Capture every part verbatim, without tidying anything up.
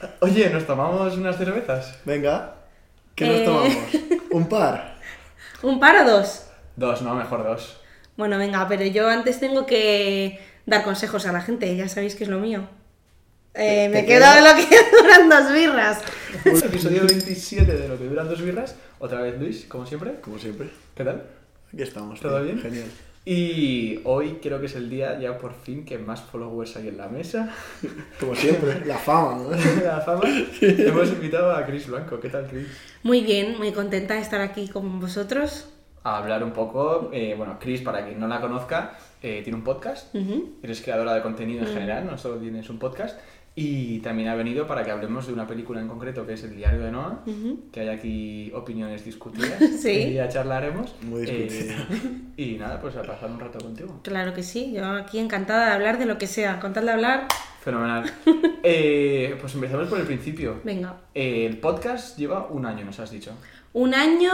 Oye, ¿nos tomamos unas cervezas? Venga, ¿qué Eh. nos tomamos? ¿Un par? ¿Un par o dos? Dos, no, mejor dos. Bueno, venga, pero yo antes tengo que dar consejos a la gente, ya sabéis que es lo mío. Eh, ¿Te me queda? quedo de lo que duran dos birras. Episodio veintisiete de Lo que duran dos birras. Otra vez Luis, como siempre. Como siempre. ¿Qué tal? Aquí estamos. ¿Todo tío. bien? Genial. Y hoy creo que es el día ya por fin que más followers hay en la mesa. Como siempre, la fama, ¿no? La fama. Hemos invitado a Chris Blanco. ¿Qué tal, Chris? Muy bien, muy contenta de estar aquí con vosotros. A hablar un poco. Eh, bueno, Chris, para quien no la conozca, eh, tiene un podcast. Ujú. Eres creadora de contenido en general, no solo tienes un podcast. Y también ha venido para que hablemos de una película en concreto que es El diario de Noah, Ujú. que hay aquí opiniones discutidas. Sí. Y ya charlaremos. Muy discutidas. Eh, y nada, pues a pasar un rato contigo. Claro que sí, yo aquí encantada de hablar de lo que sea, con tal de hablar, Fenomenal. Eh, pues empezamos por el principio. venga. Eh, el podcast lleva un año, nos has dicho. Un año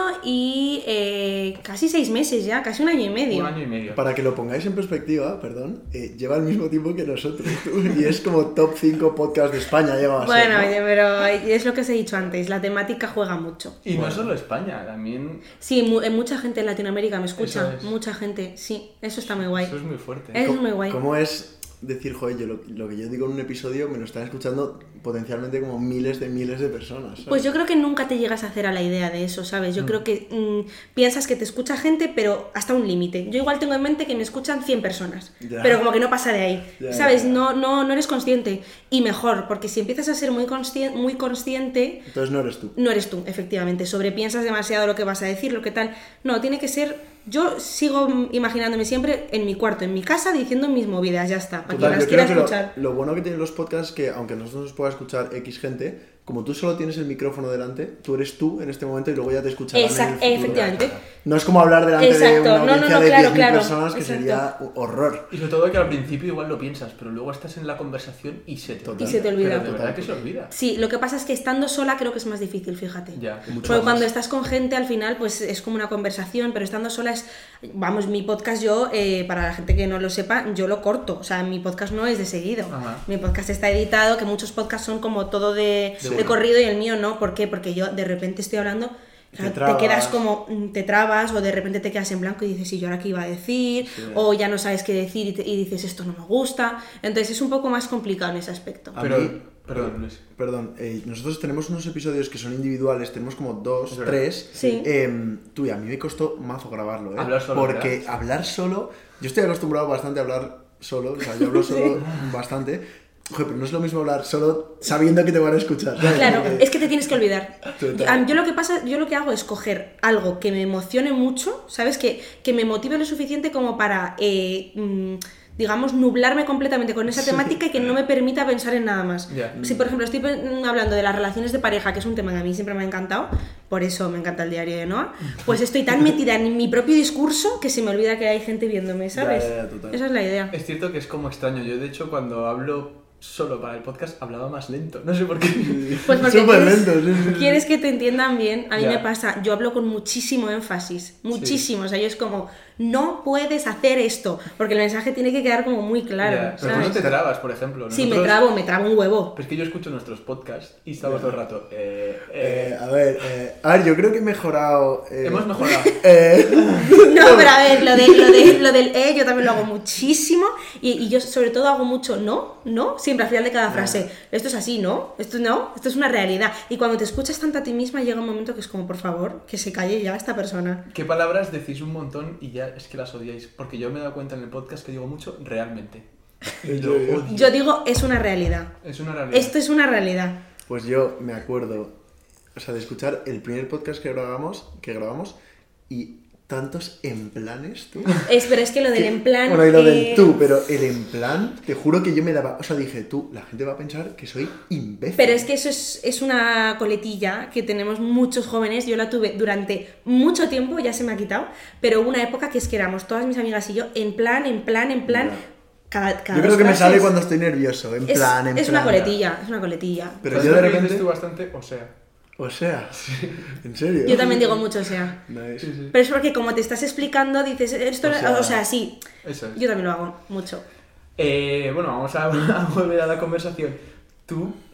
y eh, casi seis meses ya, casi un año y medio. Un año y medio. Para que lo pongáis en perspectiva, perdón, eh, lleva el mismo tiempo que nosotros, tú, y es como top cinco podcast de España, lleva a ser, Bueno, ¿no? oye, pero es lo que os he dicho antes, la temática juega mucho. Y Bueno. no solo España, también... Sí, mu- eh, mucha gente en Latinoamérica me escucha, Eso es. mucha gente, sí, eso está muy guay. Eso es muy fuerte. Es ¿Cómo- muy guay. ¿Cómo es decir, joder, yo lo, lo que yo digo en un episodio me lo están escuchando potencialmente como miles de miles de personas? ¿sabes? Pues yo creo que nunca te llegas a hacer a la idea de eso, ¿sabes? Yo Mm. creo que mm, piensas que te escucha gente, pero hasta un límite. Yo igual tengo en mente que me escuchan cien personas, Ya. pero como que no pasa de ahí, Ya, ¿sabes? ya, ya. No, no, no eres consciente. Y mejor, porque si empiezas a ser muy, conscien- muy consciente, Entonces no eres tú. no eres tú, efectivamente. Sobrepiensas demasiado lo que vas a decir, lo que tal. No, tiene que ser... Yo sigo mm, imaginándome siempre en mi cuarto, en mi casa, diciendo mis movidas, ya está, para Total, quien las yo quiera creo que escuchar. Lo, lo bueno que tienen los podcasts es que, aunque nosotros nos pueda escuchar X gente, como tú solo tienes el micrófono delante, tú eres tú en este momento y luego ya te escucharán Exact- en el futuro. efectivamente. No es como hablar delante de Exacto, una no, no, audiencia no, de claro, diez mil claro, personas, que exacto. sería horror. Y sobre todo que al principio igual lo piensas, pero luego estás en la conversación y se te Total. Y se te olvida. Pero de Total. verdad que se olvida. Sí, lo que pasa es que estando sola creo que es más difícil, fíjate. Ya, que mucho Porque más. cuando estás con gente al final pues es como una conversación, pero estando sola es, vamos, mi podcast yo, eh, para la gente que no lo sepa, yo lo corto, o sea, mi podcast no es de seguido. Ajá. Mi podcast está editado, que muchos podcasts son como todo de, Sí. de corrido y el mío no. ¿Por qué? Porque yo de repente estoy hablando, claro, te, trabas. quedas como, mm, te trabas o de repente te quedas en blanco y dices, ¿y yo ahora qué iba a decir? Sí. O ya no sabes qué decir y, te- y dices, esto no me gusta. Entonces es un poco más complicado en ese aspecto. A Pero, mí- perdón, Luis. Perdón, eh, nosotros tenemos unos episodios que son individuales, tenemos como dos, Es verdad. tres. Sí. Eh, tú y a mí me costó mazo grabarlo, ¿eh? Hablar solo, Porque ¿verdad? hablar solo, yo estoy acostumbrado bastante a hablar solo, o sea, yo hablo solo bastante. Joder, pero no es lo mismo hablar solo sabiendo que te van a escuchar, ¿sabes? Claro, Porque- es que te tienes que olvidar. Total. Yo, a- yo lo que pasa, yo lo que hago es coger algo que me emocione mucho, ¿sabes? Que, que me motive lo suficiente como para, eh, mm, digamos, nublarme completamente con esa temática y que no me permita pensar en nada más. Ya. Si, por ejemplo, estoy mm, hablando de las relaciones de pareja, que es un tema que a mí siempre me ha encantado, por eso me encanta el diario de Noah, pues estoy tan metida en mi propio discurso que se me olvida que hay gente viéndome, ¿sabes? Ya, ya, ya, total. Esa es la idea. Es cierto que es como extraño. Yo, de hecho, cuando hablo solo para el podcast, hablaba más lento. No sé por qué. Pues porque Súper quieres, lento, sí, sí, sí. quieres que te entiendan bien. A mí Ya. me pasa, yo hablo con muchísimo énfasis, muchísimo. O sea, yo es como, no puedes hacer esto, porque el mensaje tiene que quedar como muy claro. Ya, pero tú ¿sabes? no te trabas, por ejemplo. Sí, me Nosotros- trabo, me trabo un huevo. Pero es que yo escucho nuestros podcasts y estamos todo el rato. Eh, Eh, eh, a ver, eh, a ver, yo creo que he mejorado. eh, hemos mejorado. eh, No, pero a ver, lo, de, lo, de, lo del eh, yo también lo hago muchísimo. Y, y yo sobre todo hago mucho no, no, siempre al final de cada frase. Esto es así, ¿no? Esto no, esto es una realidad. Y cuando te escuchas tanto a ti misma llega un momento que es como, por favor, que se calle ya esta persona. ¿Qué palabras decís un montón y ya es que las odiáis? Porque yo me he dado cuenta en el podcast que digo mucho realmente. Y lo Yo- odio. Yo digo, es una realidad. Es una realidad. Esto es una realidad. Pues yo me acuerdo, o sea, de escuchar el primer podcast que grabamos, que grabamos y tantos en planes, tú. Es, pero es que lo del Que- en plan. Bueno, y lo del eh, tú, pero el en plan, te juro que yo me daba. O sea, dije, tú, la gente va a pensar que soy imbécil. Pero es que eso es, es una coletilla que tenemos muchos jóvenes. Yo la tuve durante mucho tiempo, ya se me ha quitado. Pero hubo una época que es que éramos todas mis amigas y yo en plan, en plan, en plan. Ya. Cada, cada Yo creo dos que me frases. sale cuando estoy nervioso, en Es, plan, en es una plan. coletilla, es una coletilla. Pero ¿Sabes yo de lo que dices repente. tú bastante? O sea. O sea, ¿en serio? Yo también digo mucho, o sea. Nice. Sí, sí. Pero es porque como te estás explicando, dices, esto, O sea, o sea, sí. Eso es. Yo también lo hago mucho. Eh, bueno, vamos a, a volver a la conversación. Tú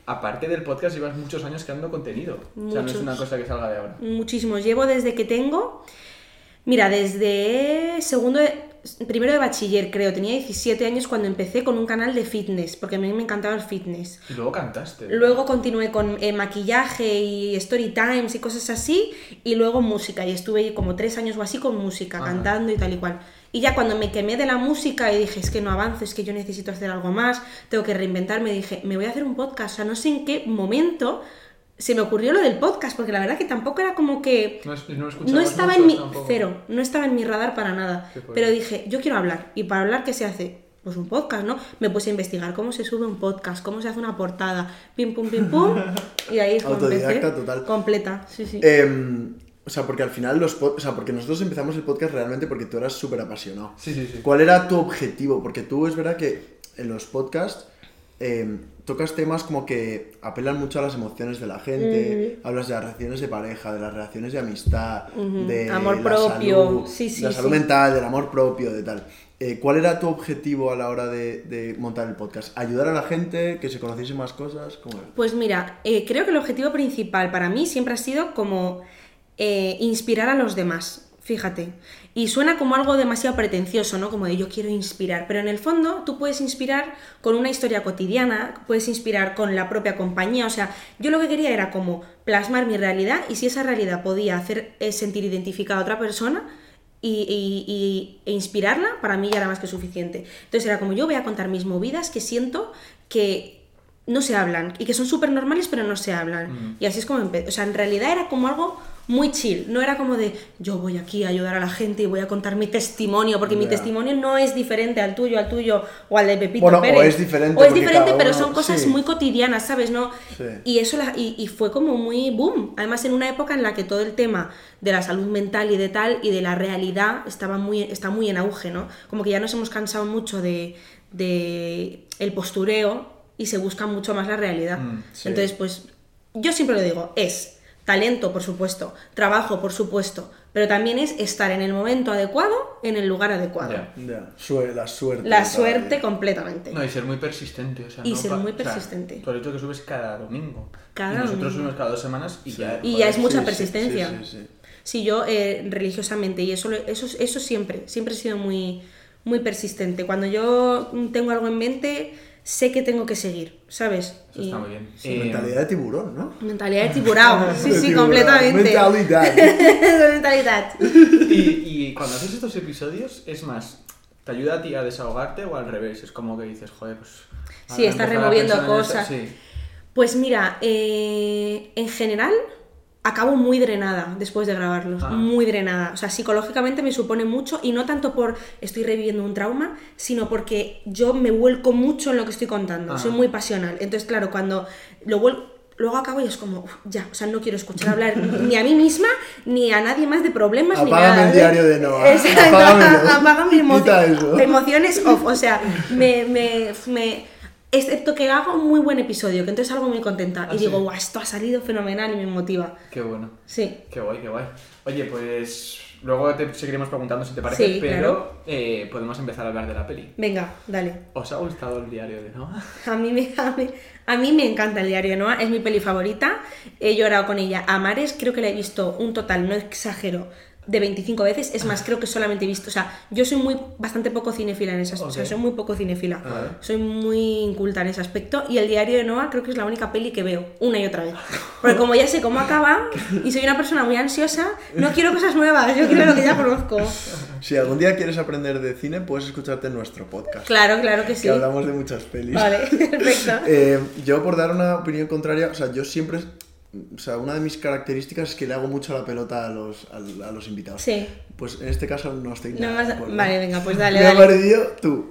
aparte del podcast, llevas muchos años creando contenido. Muchos. O sea, no es una cosa que salga de ahora. Muchísimos. Llevo desde que tengo... Mira, desde segundo de... primero de bachiller, creo. Tenía diecisiete años cuando empecé con un canal de fitness, porque a mí me encantaba el fitness. Y luego cantaste. Luego continué con eh, maquillaje y story times y cosas así, y luego música. Y estuve como tres años o así con música, Ajá. cantando y tal y cual. Y ya cuando me quemé de la música y dije, es que no avanzo, es que yo necesito hacer algo más, tengo que reinventarme, dije, me voy a hacer un podcast. O sea, no sé en qué momento se me ocurrió lo del podcast, porque la verdad que tampoco era como que... No, no, no estaba en mi... Tampoco. Cero, no estaba en mi radar para nada. Pero dije, yo quiero hablar. ¿Y para hablar qué se hace? Pues un podcast, ¿no? Me puse a investigar cómo se sube un podcast, cómo se hace una portada, pim, pum, pim, pum, y ahí fue Autodidacta total. Completa, sí, sí. Eh, o sea, porque al final los... pod- o sea, porque nosotros empezamos el podcast realmente porque tú eras súper apasionado. Sí, sí, sí. ¿Cuál era tu objetivo? Porque tú es verdad que en los podcasts... Eh, tocas temas como que apelan mucho a las emociones de la gente, uh-huh. hablas de las relaciones de pareja, de las relaciones de amistad, uh-huh. de amor la propio, salud, sí, sí, la salud sí. mental, del amor propio, de tal. Eh, ¿Cuál era tu objetivo a la hora de, de montar el podcast? ¿Ayudar a la gente, que se conociese más cosas? ¿Cómo era? Pues mira, eh, creo que el objetivo principal para mí siempre ha sido como eh, inspirar a los demás. Fíjate, y suena como algo demasiado pretencioso, ¿no? Como de yo quiero inspirar, pero en el fondo tú puedes inspirar con una historia cotidiana, puedes inspirar con la propia compañía, o sea, yo lo que quería era como plasmar mi realidad y si esa realidad podía hacer sentir identificada a otra persona y, y, y, e inspirarla, para mí ya era más que suficiente. Entonces era como yo voy a contar mis movidas que siento que no se hablan y que son súper normales pero no se hablan. Mm. Y así es como empecé, o sea, en realidad era como algo... muy chill, no era como de yo voy aquí a ayudar a la gente y voy a contar mi testimonio, porque yeah. mi testimonio no es diferente al tuyo, al tuyo o al de Pepito bueno, Pérez. O es diferente, o es diferente pero uno... son cosas sí. muy cotidianas, ¿sabes? ¿No? Sí. Y eso la, y, y fue como muy boom, además en una época en la que todo el tema de la salud mental y de tal y de la realidad estaba muy, está muy en auge, ¿no? Como que ya nos hemos cansado mucho de, de el postureo y se busca mucho más la realidad. Mm, sí. Entonces, pues yo siempre lo digo, es talento, por supuesto, trabajo, por supuesto, pero también es estar en el momento adecuado, en el lugar adecuado. Yeah, yeah. Suer- la suerte. La suerte bien. Completamente. No, y ser muy persistente. O sea, y no ser pa- muy o sea, persistente. tú has dicho que subes cada domingo. Cada y nosotros domingo. subimos cada dos semanas y sí. ya... Y joder, ya es mucha sí, persistencia. Sí, sí, sí, sí. Sí, yo eh, religiosamente, y eso, eso, eso siempre, siempre he sido muy, muy persistente. Cuando yo tengo algo en mente... sé que tengo que seguir, ¿sabes? Eso está muy bien. Sí, eh, mentalidad de tiburón, ¿no? Mentalidad de tiburón, sí, sí, tiburón. completamente. Mentalidad. Mentalidad. Y, y cuando haces estos episodios, es más, ¿te ayuda a ti a desahogarte o al revés? Es como que dices, joder, pues... Sí, estás removiendo cosas. Esa, sí. Pues mira, eh, en general... acabo muy drenada después de grabarlos, ah. muy drenada. O sea, psicológicamente me supone mucho y no tanto por estoy reviviendo un trauma, sino porque yo me vuelco mucho en lo que estoy contando. Ah. Soy muy pasional. Entonces, claro, cuando lo vuelco, luego acabo y es como, uf, ya, o sea, no quiero escuchar hablar ni a mí misma ni a nadie más de problemas apágame ni nada. El diario de Noa. Exacto, Apágamelo. apágame emo- emociones off. O sea, me... me, me excepto que hago un muy buen episodio, que entonces salgo muy contenta. ¿Ah, y digo, guau, esto ha salido fenomenal y me motiva. Qué bueno. Sí. Qué guay, qué guay. Oye, pues luego te seguiremos preguntando si te parece, sí, pero claro. eh, podemos empezar a hablar de la peli. Venga, dale. ¿Os ha gustado el diario de Noa? A mí me, a mí, a mí me encanta el diario de Noa, es mi peli favorita. He llorado con ella a mares, creo que la he visto un total, no exagero, de veinticinco veces, es más, creo que solamente he visto, o sea, yo soy muy, bastante poco cinéfila en esas, okay. o sea, soy muy poco cinéfila, vale. soy muy inculta en ese aspecto, y el diario de Noa creo que es la única peli que veo, una y otra vez, porque como ya sé cómo acaba, y soy una persona muy ansiosa, no quiero cosas nuevas, yo quiero lo que ya conozco. Si algún día quieres aprender de cine, puedes escucharte en nuestro podcast. Claro, claro que sí. Que hablamos de muchas pelis. Vale, perfecto. eh, yo, por dar una opinión contraria, o sea, yo siempre... O sea, una de mis características es que le hago mucho la pelota a los, a, a los invitados. Sí. Pues en este caso no estoy no nada más... de acuerdo. Vale, venga, pues dale, Me dale. ha parecido, tú,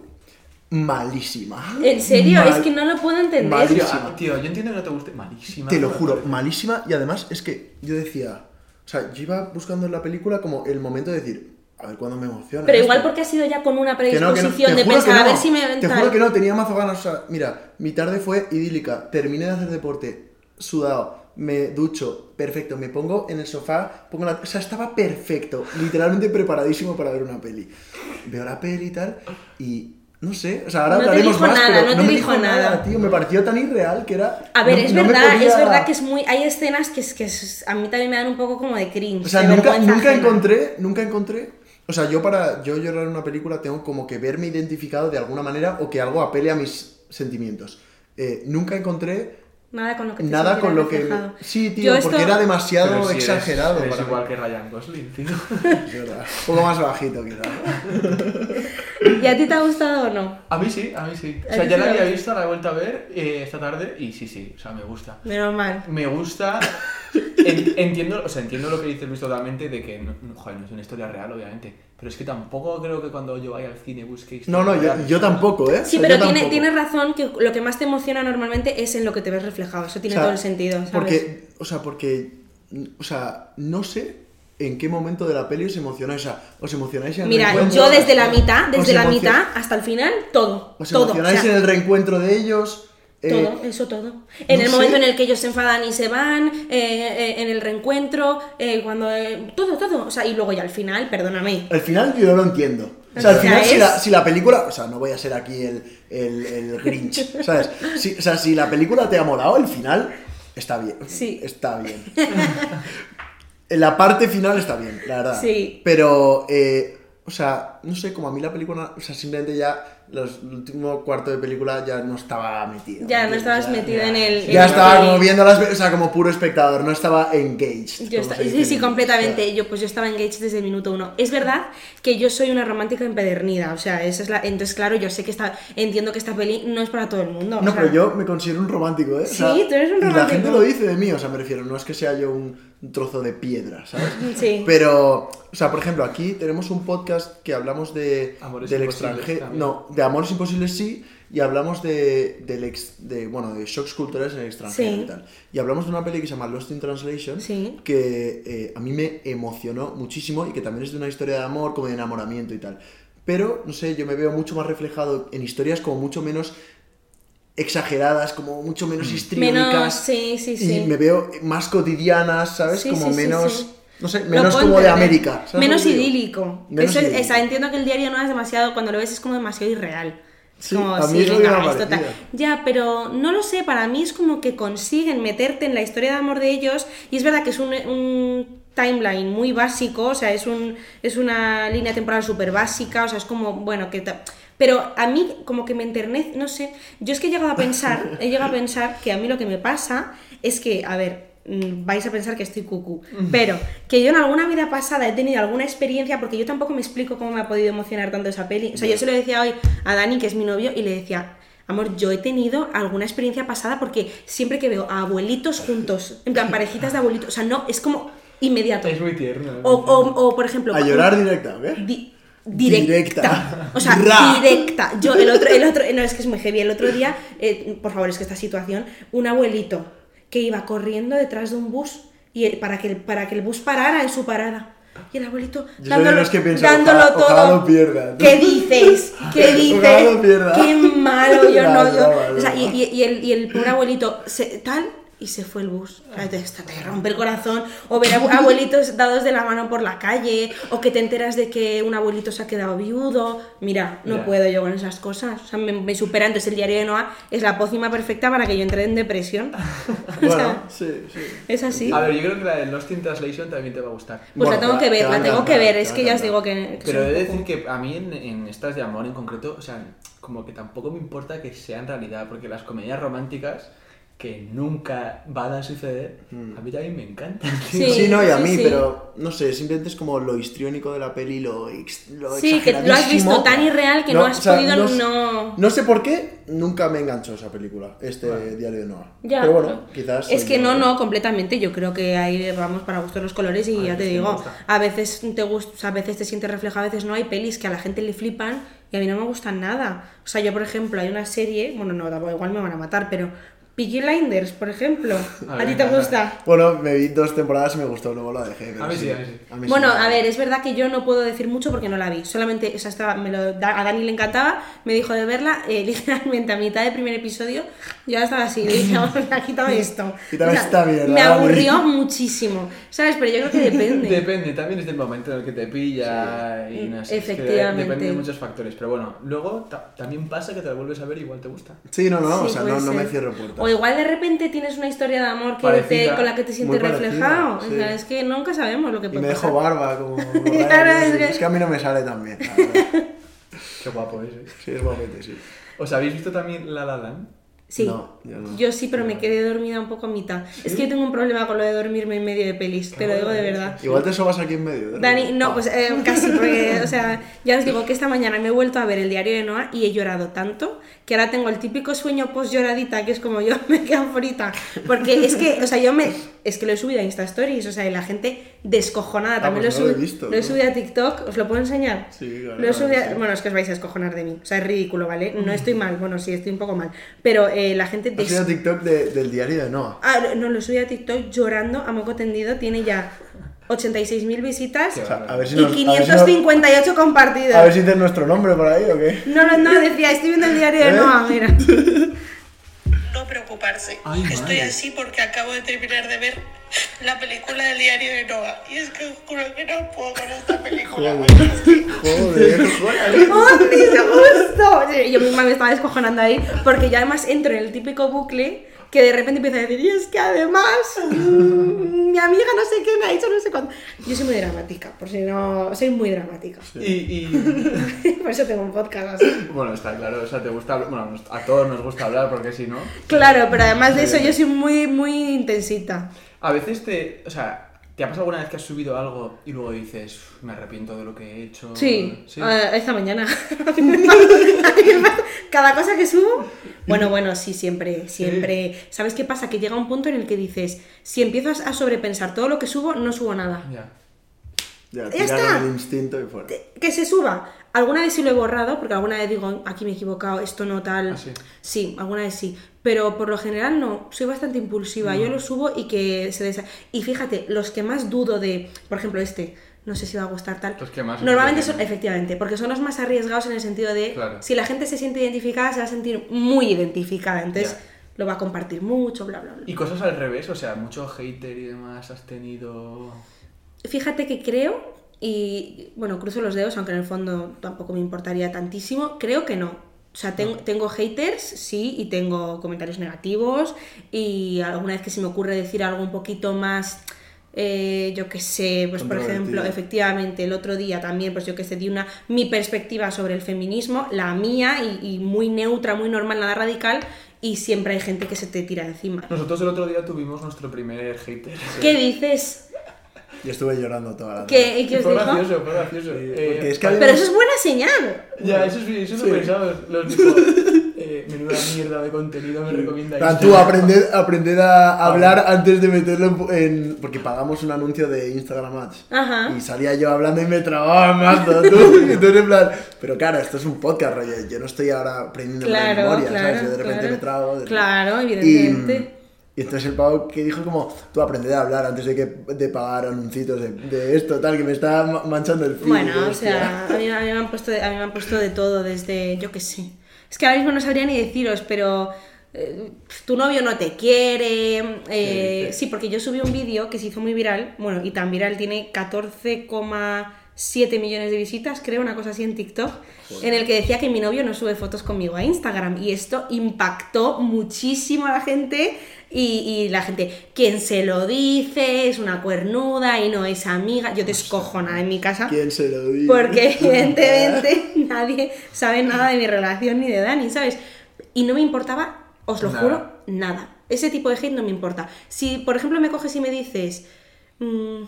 malísima. ¿En serio? Mal... Es que no lo puedo entender. Malísima. Tío, tío, yo entiendo que no te guste. Malísima. Te lo juro, malísima. Y además es que yo decía... O sea, yo iba buscando en la película como el momento de decir... A ver cuándo me emociona. Pero esto. igual porque ha sido ya con una predisposición que no, que no. de pensar no, a ver si me... Te juro que no, tenía mazo ganas. O sea, mira, mi tarde fue idílica. Terminé de hacer deporte, sudado. Me ducho, perfecto, me pongo en el sofá, pongo la... O sea, estaba perfecto, literalmente preparadísimo para ver una peli. Veo la peli y tal, y No sé, o sea, ahora No te hablaremos dijo más, nada, pero no no te me dijo dijo nada. nada, tío. Me pareció tan irreal que era... A ver, no- es no me verdad, podía- es verdad que es muy... Hay escenas que, es, que es- a mí también me dan un poco como de cringe, O sea, de nunca, vergüenza nunca ajena. encontré, nunca encontré... O sea, yo para yo llorar en una película tengo como que verme identificado de alguna manera o que algo apele a mis sentimientos. Eh, nunca encontré Nada con lo que te nada con sintieras lo que... me- reflejado. Sí, tío, Yo esto- porque era demasiado Pero si eres- exagerado. Eres para mí. igual que Ryan Gosling, tío. Es verdad. Un poco más bajito, quizás. ¿Y a ti te ha gustado o no? A mí sí, a mí sí. O ¿A sea, ti ya sí la te había gusta? visto, la he vuelto a ver eh, esta tarde y sí, sí, o sea, me gusta. Menos mal. Me gusta. En- entiendo, o sea, entiendo lo que dices Luis totalmente de que no, no, joder, no es una historia real, obviamente. Pero es que tampoco creo que cuando yo vaya al cine busque No, historias no, yo, reales. yo tampoco, ¿eh? Sí, O sea, pero yo tiene, tampoco. tienes razón que lo que más te emociona normalmente es en lo que te ves reflejado. Eso tiene O sea, todo el sentido, ¿sabes? Porque, o sea, porque, o sea, no sé en qué momento de la peli os emocionáis. O sea, os emocionáis en el Mira, reencuentro. yo desde la mitad, os desde la emocion- mitad hasta el final, todo. Os todo. emocionáis o sea, en el reencuentro de ellos. eh, Todo, eso todo. En no el sé. momento en el que ellos se enfadan y se van, eh, eh, en el reencuentro, eh, cuando... eh, todo, todo. O sea, y luego ya al final, perdóname. Al final yo no lo entiendo. O sea, al O sea, final si, es- la, si la película... O sea, no voy a ser aquí el, el, el Grinch, ¿sabes? Si, o sea, si la película te ha molado, el final está bien. Sí. Está bien. En la parte final está bien, la verdad. Sí. Pero, eh, o sea, no sé, como a mí la película... O sea, simplemente ya... Los, el último cuarto de película ya no estaba metido. Ya, no ¿entiendes? estabas O sea, metido ya- en el... en Ya el estaba que- como viendo las... O sea, como puro espectador, no estaba engaged. Yo como esta- se dice sí, en sí, inglés. completamente. O sea, Yo pues yo estaba engaged desde el minuto uno. Es verdad que yo soy una romántica empedernida, o sea, esa es la... Entonces, claro, yo sé que esta... Entiendo que esta peli no es para todo el mundo. o No, sea, pero yo me considero un romántico, ¿eh? O sea, Sí, tú eres un Y la romántico. gente lo dice de mí, o sea, me refiero, no es que sea yo un, un trozo de piedra, ¿sabes? Sí. Pero, o sea, por ejemplo, aquí tenemos un podcast que hablamos de Amores del imposibles extranjero, también. no, de Amores Imposibles sí, y hablamos de, del ex, de, bueno, de shocks culturales en el extranjero Sí. y tal. Y hablamos de una peli que se llama Lost in Translation, Sí. que eh, a mí me emocionó muchísimo y que también es de una historia de amor, como de enamoramiento y tal. Pero, no sé, yo me veo mucho más reflejado en historias como mucho menos exageradas, como mucho menos histriónicas. Menos... Sí, sí, sí. Y me veo más cotidianas, ¿sabes? Sí, como sí, sí, menos... sí. No sé, Lo menos puedo como de entender. América. ¿sabes Menos lo que digo? idílico. Menos Eso es, idílico. o sea, entiendo que el diario no es demasiado, cuando lo ves es como demasiado irreal. Es Sí, como, a mí sí, es lo que venga, me ha esto tal. parecido. Ya, pero no lo sé, para mí es como que consiguen meterte en la historia de amor de ellos, y es verdad que es un, un timeline muy básico, o sea, es, un, es una línea temporal súper básica, o sea, es como, bueno, que... ta- Pero a mí como que me enternece, no sé, yo es que he llegado a pensar, he llegado a pensar que a mí lo que me pasa es que, a ver, mm, vais a pensar que estoy cucú, pero que yo en alguna vida pasada he tenido alguna experiencia, porque yo tampoco me explico cómo me ha podido emocionar tanto esa peli. O sea, yo se lo decía hoy a Dani, que es mi novio, y le decía, amor, yo he tenido alguna experiencia pasada porque siempre que veo a abuelitos juntos, en plan parejitas de abuelitos, o sea, no, es como inmediato. Es muy tierno. O, o, o, por ejemplo... A llorar directa, ¿ok? Di- directa. Directa. O sea, Ra. directa. Yo el otro, el otro, no, es que es muy heavy. El otro día, eh, por favor, es que esta situación, un abuelito que iba corriendo detrás de un bus y el- para que el, para que el bus parara en su parada. Y el abuelito Yo soy de dándolo, los que pienso, dándolo ojalá- todo. ojalá lo pierda. ¿Qué dices? ¿Qué dices? Ojalá lo pierda. Qué malo, yo No, no, no, yo. no, O sea, y, no. y, y el, y el pobre abuelito, se- tal, y se fue el bus. O sea, te, esto te rompe el corazón. O ver a abuelitos dados de la mano por la calle, o que te enteras de que un abuelito se ha quedado viudo. Mira, no Ya. puedo yo con esas cosas. O sea, me, me supera. Entonces el diario de Noah es la pócima perfecta para que yo entre en depresión. O Bueno, sea, sí, sí. es así. A ver, yo creo que la de Lost in Translation también te va a gustar. Pues Bueno, la tengo te que va- ver, te va la a tengo que encantar, ver. te Es va a que ya os encantar. digo que... que Pero soy he de un poco- decir que a mí en, en estas de amor en concreto, o sea, como que tampoco me importa que sean realidad, porque las comedias románticas que nunca van a suceder, a mí también me encantan. tío. Sí, Sí, no, y a sí, mí, sí. pero no sé, simplemente es como lo histriónico de la peli, lo, ex- lo Sí, que lo has exageradísimo. visto tan irreal que no, has o sea, podido... no, No... no sé por qué, nunca me enganchó esa película, este Diario de Noah. Ya, pero bueno, no. quizás... Es soy que yo, no, ¿eh? no, completamente. Yo creo que ahí vamos para gustos los colores y Ay, ya es te que me digo, gusta. a veces te gusta, o sea, a veces te sientes reflejado, a veces no. Hay pelis que a la gente le flipan y a mí no me gustan nada. O sea, yo por ejemplo, hay una serie, bueno, no, tampoco, igual me van a matar, pero Peaky Blinders, por ejemplo. A ¿A ver, ti te me gusta? Bueno, me vi dos temporadas y me gustó, luego la dejé. pero A mí sí, a mí sí. sí. Bueno, a ver, es verdad que yo no puedo decir mucho porque no la vi. Solamente, o sea, estaba, me lo, a Dani le encantaba, me dijo de verla, eh, literalmente a mitad del primer episodio, yo ya estaba así, le dije, vamos, quítame esto. Quítame esta mierda, me Dani. aburrió muchísimo, ¿sabes? Pero yo creo que depende. Depende, también es del momento en el que te pilla y no sé. es que Efectivamente. depende de muchos factores, pero bueno, luego ta- también pasa que te la vuelves a ver y igual te gusta. Sí, no, no, Sí, o sea, puede no, no me ser. cierro puertas. O igual de repente tienes una historia de amor que Parecida, te- con la que te sientes muy parecida, reflejado. sí. O sea, es que nunca sabemos lo que Y puede me dejo pasar. barba, como... Claro, Ryan, es sí. que- Es que a mí no me sale tan bien, la verdad. Qué guapo es, ¿eh? Sí, es guapete, sí. ¿Os habéis visto también La La Land? Sí, No, yo no. yo sí, pero me quedé dormida un poco a mitad. Es que yo tengo un problema con lo de dormirme en medio de pelis, te lo digo de verdad. Igual te sobas aquí en medio. ¿eh? Dani, no, Ah. pues eh, casi, porque, o sea, ya os digo que esta mañana me he vuelto a ver el diario de Noah y he llorado tanto que ahora tengo el típico sueño post lloradita, que es como yo me quedo frita. Porque es que, o sea, yo me. Es que lo he subido a Insta Stories, o sea, y la gente descojonada. Ah, También pues lo, no he lo he subi- visto, lo he ¿no? subido a TikTok, ¿os lo puedo enseñar? Sí, claro, Lo he subido a- sí. Bueno, es que os vais a descojonar de mí, o sea, es ridículo, ¿vale? No estoy mal, bueno, sí, estoy un poco mal. Pero eh, la gente. Has des- subido TikTok de- del diario de Noah. Ah, no, lo subí a TikTok llorando a moco tendido, tiene ya ochenta y seis mil visitas Qué O sea, a ver si y nos, a ver si nos- quinientos cincuenta y ocho compartidos. a ver si dices nuestro nombre por ahí o qué. No, no, no, decía, estoy viendo el diario de ¿Eh? Noah, mira. No preocuparse. Ay, Estoy madre. así porque acabo de terminar de ver la película del diario de Noah. Y es que os juro que no puedo con esta película. Joder. ¡Oh, sí, se gustó! Sí, yo misma me estaba descojonando ahí porque ya además entro en el típico bucle que de repente empieza a decir, y es que además mm, mi amiga no sé qué me ha dicho, no sé cuánto. Yo soy muy dramática, por si no, soy muy dramática. Y, y... Por eso tengo un podcast así. Bueno, está claro, o sea, te gusta hablar... Bueno, a todos nos gusta hablar porque si no... Claro, pero además de eso yo soy muy, muy intensita. A veces te... O sea, ¿te ha pasado alguna vez que has subido algo y luego dices, "Uf, me arrepiento de lo que he hecho"? Sí, ¿Sí? eh, esta mañana. Cada cosa que subo. Bueno, bueno, sí, siempre, siempre. ¿Sabes qué pasa? Que llega un punto en el que dices, si empiezo a sobrepensar todo lo que subo, no subo nada. Ya. Ya, Ya tira está. con el instinto y fuera. Que se suba. Alguna vez sí lo he borrado, porque alguna vez digo, aquí me he equivocado, esto no tal. ¿Ah, sí? Sí, alguna vez sí. Pero por lo general no, soy bastante impulsiva. Yo lo subo y que se desa... Y fíjate, los que más dudo de, por ejemplo, este, no sé si va a gustar tal. Los que más Normalmente entienden. son, efectivamente, porque son los más arriesgados en el sentido de, Claro. si la gente se siente identificada, se va a sentir muy identificada. Entonces Ya. lo va a compartir mucho, bla, bla, bla. Y cosas al revés, o sea, mucho hater y demás has tenido... Fíjate que creo, y bueno, cruzo los dedos, aunque en el fondo tampoco me importaría tantísimo, creo que no. O sea, ten- tengo haters, sí, y tengo comentarios negativos, y alguna vez que se me ocurre decir algo un poquito más, eh, yo qué sé, pues por Controvertido. ejemplo, efectivamente, el otro día también, pues yo que sé, di una, mi perspectiva sobre el feminismo, la mía, y, y muy neutra, muy normal, nada radical, y siempre hay gente que se te tira encima. Nosotros el otro día tuvimos nuestro primer hater. ¿Qué dices? Y estuve llorando toda la tarde. ¿Qué, ¿y qué os Fue dijo? gracioso, fue gracioso. Sí, Eh, porque es que Pero eso es buena señal. Ya, eso es, eso es Sí. lo pensado. Los dijo, eh, menuda mierda de contenido me recomiendáis. Plan, tú aprended, aprended a hablar antes de meterlo en, en- porque pagamos un anuncio de Instagram Ads. Ajá. Y salía yo hablando y me trababa más todo, tú. Y entonces en plan, pero claro, esto es un podcast, rollo. Yo no estoy ahora aprendiendo Claro, memoria, claro, ¿sabes? Yo de repente claro. me trago. de- Claro, Y, evidentemente. y entonces el pavo que dijo como, tú aprended a hablar antes de que de pagar anuncios de, de esto, tal, que me está ma- manchando el feed. Bueno, y o hostia. sea, a mí, a mí me han puesto de, a mí me han puesto de todo, desde, yo qué sé. Es que ahora mismo no sabría ni deciros, pero eh, tu novio no te quiere. eh, sí, porque yo subí un vídeo que se hizo muy viral, bueno, y tan viral, tiene catorce coma siete millones de visitas, creo, una cosa así en TikTok, en el que decía que mi novio no sube fotos conmigo a Instagram. Y esto impactó muchísimo a la gente. Y, y la gente, ¿quién se lo dice? Es una cuernuda y no es amiga. Yo descojona en mi casa. ¿Quién se lo dice? Porque evidentemente nadie sabe nada de mi relación ni de Dani, ¿sabes? Y no me importaba, os lo Nada. juro, nada. Ese tipo de hate no me importa. Si, por ejemplo, me coges y me dices, mm,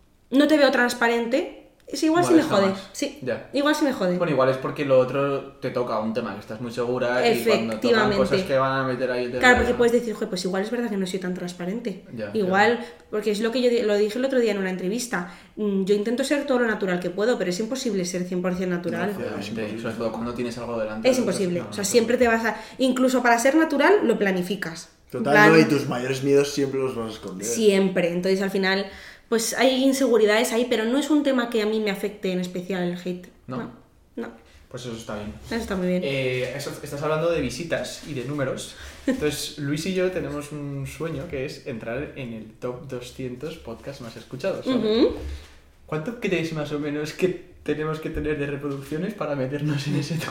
no te veo transparente, es igual si me Molesta jode. más. Sí, Ya. igual si me jode. Bueno, igual es porque lo otro te toca un tema que estás muy segura y cuando tocan Efectivamente. cosas que van a meter ahí... te Claro, da- porque puedes decir, "Joder, pues igual es verdad que no soy tan transparente". Ya, Igual, porque es lo que yo di- lo dije el otro día en una entrevista. mm, Yo intento ser todo lo natural que puedo, pero es imposible ser cien por ciento natural. Obviamente, sobre todo cuando tienes algo delante. Es entonces, imposible. no, O sea, no. siempre te vas a... Incluso para ser natural, lo planificas. Total, plan- ¿no? Y tus mayores miedos siempre los vas a esconder. Siempre. Entonces, al final, pues hay inseguridades ahí, pero no es un tema que a mí me afecte en especial el hate. No. No. no. Pues eso está bien. Eso está muy bien. Eh, eso- estás hablando de visitas y de números. Entonces, Luis y yo tenemos un sueño que es entrar en el top doscientos podcasts más escuchados. ¿sabes? Ujú. ¿Cuánto creéis más o menos que tenemos que tener de reproducciones para meternos en ese top?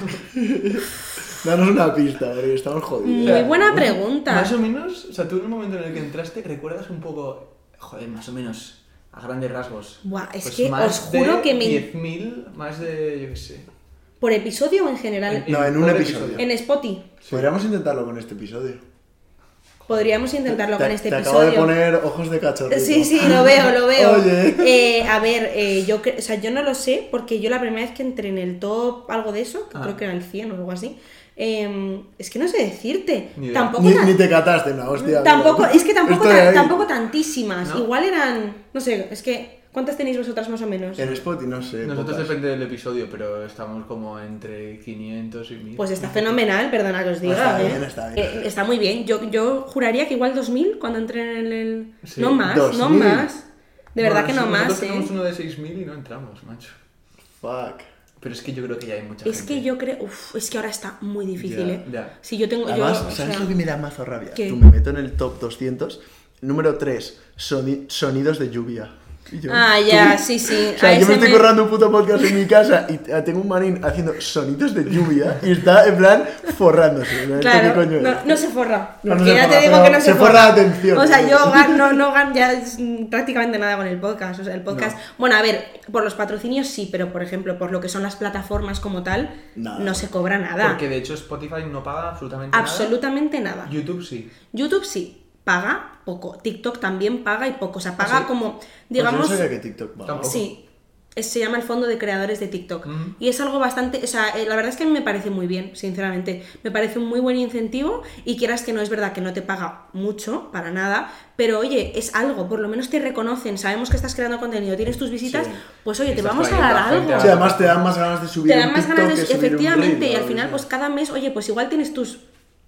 Danos una pista, porque estamos jodidos. Muy buena pregunta. Más o menos, o sea, tú en el momento en el que entraste, ¿recuerdas un poco, joder, más o menos, a grandes rasgos? Buah, es Pues que más os juro de que me- diez mil, más de, yo qué sé. ¿Por episodio o en general? No, en un por episodio. En Spotify. Podríamos intentarlo con este episodio. Podríamos intentarlo Te- con este te episodio. acabo de poner ojos de cachorrito. Sí, sí, lo veo, lo veo. Oye. Eh, a ver, eh, yo, cre- o sea, yo no lo sé porque yo la primera vez que entré en el top, algo de eso, que Ah. creo que era el cien o algo así, eh, es que no sé decirte. Ni idea. Tampoco Ni, tan- ni te cataste, no, hostia. tampoco, mira. es que tampoco, Estoy tan- ahí. tampoco tantísimas. ¿No? Igual eran, no sé, es que, ¿cuántas tenéis vosotras más o menos? En Spotify, no sé. Nosotros pocas. depende del episodio, pero estamos como entre quinientos y mil. Pues está fenomenal, perdona que os diga. Está ¿eh? bien, está bien. Eh, está muy bien. Yo, yo juraría que igual dos mil cuando entré en el... Sí. No más, no dos mil. más. De verdad Bueno, que no nosotros más, tenemos ¿eh? uno de seis mil y no entramos, macho. Fuck. Pero es que yo creo que ya hay mucha Es gente. que yo creo... Uf, es que ahora está muy difícil, Ya, ¿eh? ya. Si yo tengo... Además, yo, o ¿sabes sea, lo que me da mazo rabia? ¿Qué? Tú me meto en el top doscientos. Número tres, sonidos de lluvia. Y yo, Ah, ya, sí, sí. O sea, yo me estoy A S M R. currando un puto podcast en mi casa y eh, tengo un manín haciendo sonidos de lluvia y está en plan forrándose. ¿No? ¿Esto Claro, qué coño no, es? no se forra. No, no Porque se ya forra, te digo pero que no se, se forra la atención. O sea, yo gan- no, no gan- ya es mm, prácticamente nada con el podcast. O sea, el podcast. No. Bueno, a ver, por los patrocinios sí, pero por ejemplo, por lo que son las plataformas como tal, Nada. no se cobra nada. Porque de hecho Spotify no paga absolutamente Absolutamente nada. nada. YouTube sí. YouTube sí, paga poco. TikTok también paga y poco. O sea, paga ¿Ah, sí? como, Pues digamos. yo no sabía que TikTok va. Tampoco. Sí, es- se llama el Fondo de Creadores de TikTok. Ujú. Y es algo bastante, o sea, eh, la verdad es que a mí me parece muy bien, sinceramente. Me parece un muy buen incentivo y quieras que no, es verdad que no te paga mucho, para nada, pero oye, es algo, por lo menos te reconocen, sabemos que estás creando contenido, tienes tus visitas, Sí. pues oye, te Estás vamos a trayendo dar a gente algo. a- Sí, además te dan más ganas de subir Te dan un más TikTok ganas que de, subir un efectivamente, reel, y al ¿no? final, Sí. pues cada mes, oye, pues igual tienes tus,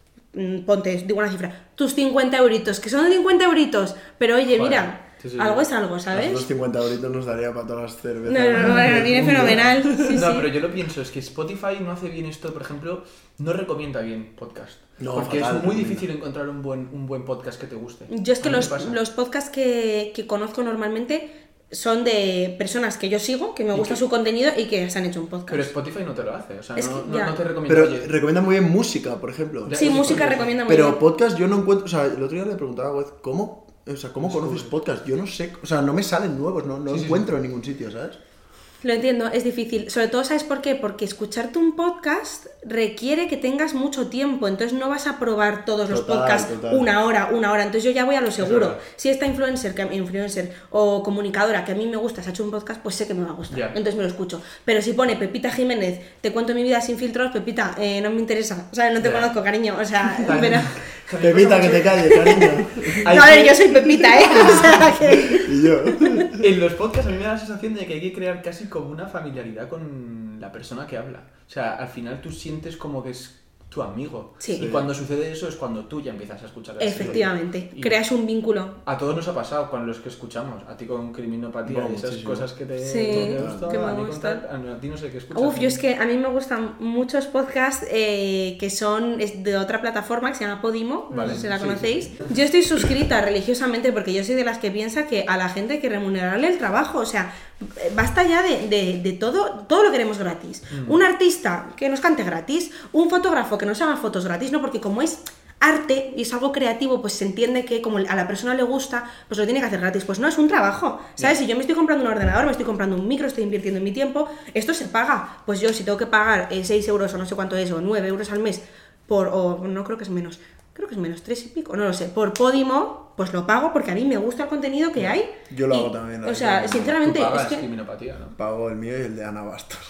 mm, ponte, digo una cifra, tus cincuenta euritos, que son cincuenta euritos, pero oye, Joder, mira, sí, sí, algo sí. es algo, ¿sabes? Los cincuenta euritos nos daría para todas las cervezas. No, no, no, me viene fenomenal. Sí, no, sí. pero yo lo pienso, es que Spotify no hace bien esto, por ejemplo, no recomienda bien podcast. No, porque fatal, es muy recomienda. difícil encontrar un buen, un buen podcast que te guste. Yo es que A mí me los, pasa. los podcasts que, que conozco normalmente son de personas que yo sigo, que me gusta que- su contenido y que se han hecho un podcast. Pero Spotify no te lo hace, o sea, Es no, que no, ya. no te recomienda, Pero oye, recomienda muy bien música, por ejemplo. Ya, sí, eso es música curioso. recomienda muy Pero bien. podcast yo no encuentro, o sea, el otro día le preguntaba a Wes, ¿cómo, o sea, ¿cómo Descubre. conoces podcast? Yo no sé, o sea, no me salen nuevos, no, no Sí, sí, encuentro en ningún sitio, ¿sabes? Lo entiendo, es difícil. Sobre todo, ¿sabes por qué? Porque escucharte un podcast requiere que tengas mucho tiempo. Entonces no vas a probar todos los Total, podcasts total. una hora, una hora. Entonces yo ya voy a lo seguro. verdad. Si esta influencer, que, influencer o comunicadora que a mí me gusta se ha hecho un podcast, pues sé que me va a gustar. Ya. Entonces me lo escucho. Pero si pone Pepita Jiménez, te cuento mi vida sin filtros, Pepita, eh, no me interesa. O sea, no te Ya. conozco, cariño. O sea, También- pero... también Pepita, pasa que te mucho- calles, cariño. Hay No, a ver, que- yo soy Pepita, ¿eh? O sea, que... Y yo. En los podcasts a mí me da la sensación de que hay que crear casi como una familiaridad con la persona que habla. O sea, al final tú sientes como que es tu amigo. Sí. Y cuando sucede eso es cuando tú ya empiezas a escuchar a ese Efectivamente, rollo. Y creas un vínculo. a todos nos ha pasado con los que escuchamos. A ti con Criminopatía Bueno, y esas muchísimo. cosas que te, Sí, te gustan, que me a mí con gustan. tal- a ti no sé qué escuchas. Uf, yo es que a mí me gustan muchos podcasts eh, que son es de otra plataforma que se llama Podimo, Vale, no sé si la sí, conocéis. Yo estoy suscrita religiosamente porque yo soy de las que piensa que a la gente hay que remunerarle el trabajo, o sea, eh, basta ya de, de- de todo, todo lo queremos gratis. Mm. Un artista que nos cante gratis, un fotógrafo que nos haga fotos gratis, no, porque como es arte y es algo creativo, pues se entiende que como a la persona le gusta, pues lo tiene que hacer gratis. Pues no, es un trabajo, ¿sabes? Si yo me estoy comprando un ordenador, me estoy comprando un micro, estoy invirtiendo en mi tiempo, esto se paga. Pues yo si tengo que pagar eh, seis euros o no sé cuánto es, o nueve euros al mes, por, o no creo que es menos, creo que es menos, tres y pico, no lo sé, por Podimo, pues lo pago porque a mí me gusta el contenido que hay. Yo lo Y, hago también, la O sea, verdad. sinceramente, Tú es pagas que... Criminopatía, ¿no? Pago el mío y el de Ana Bastos.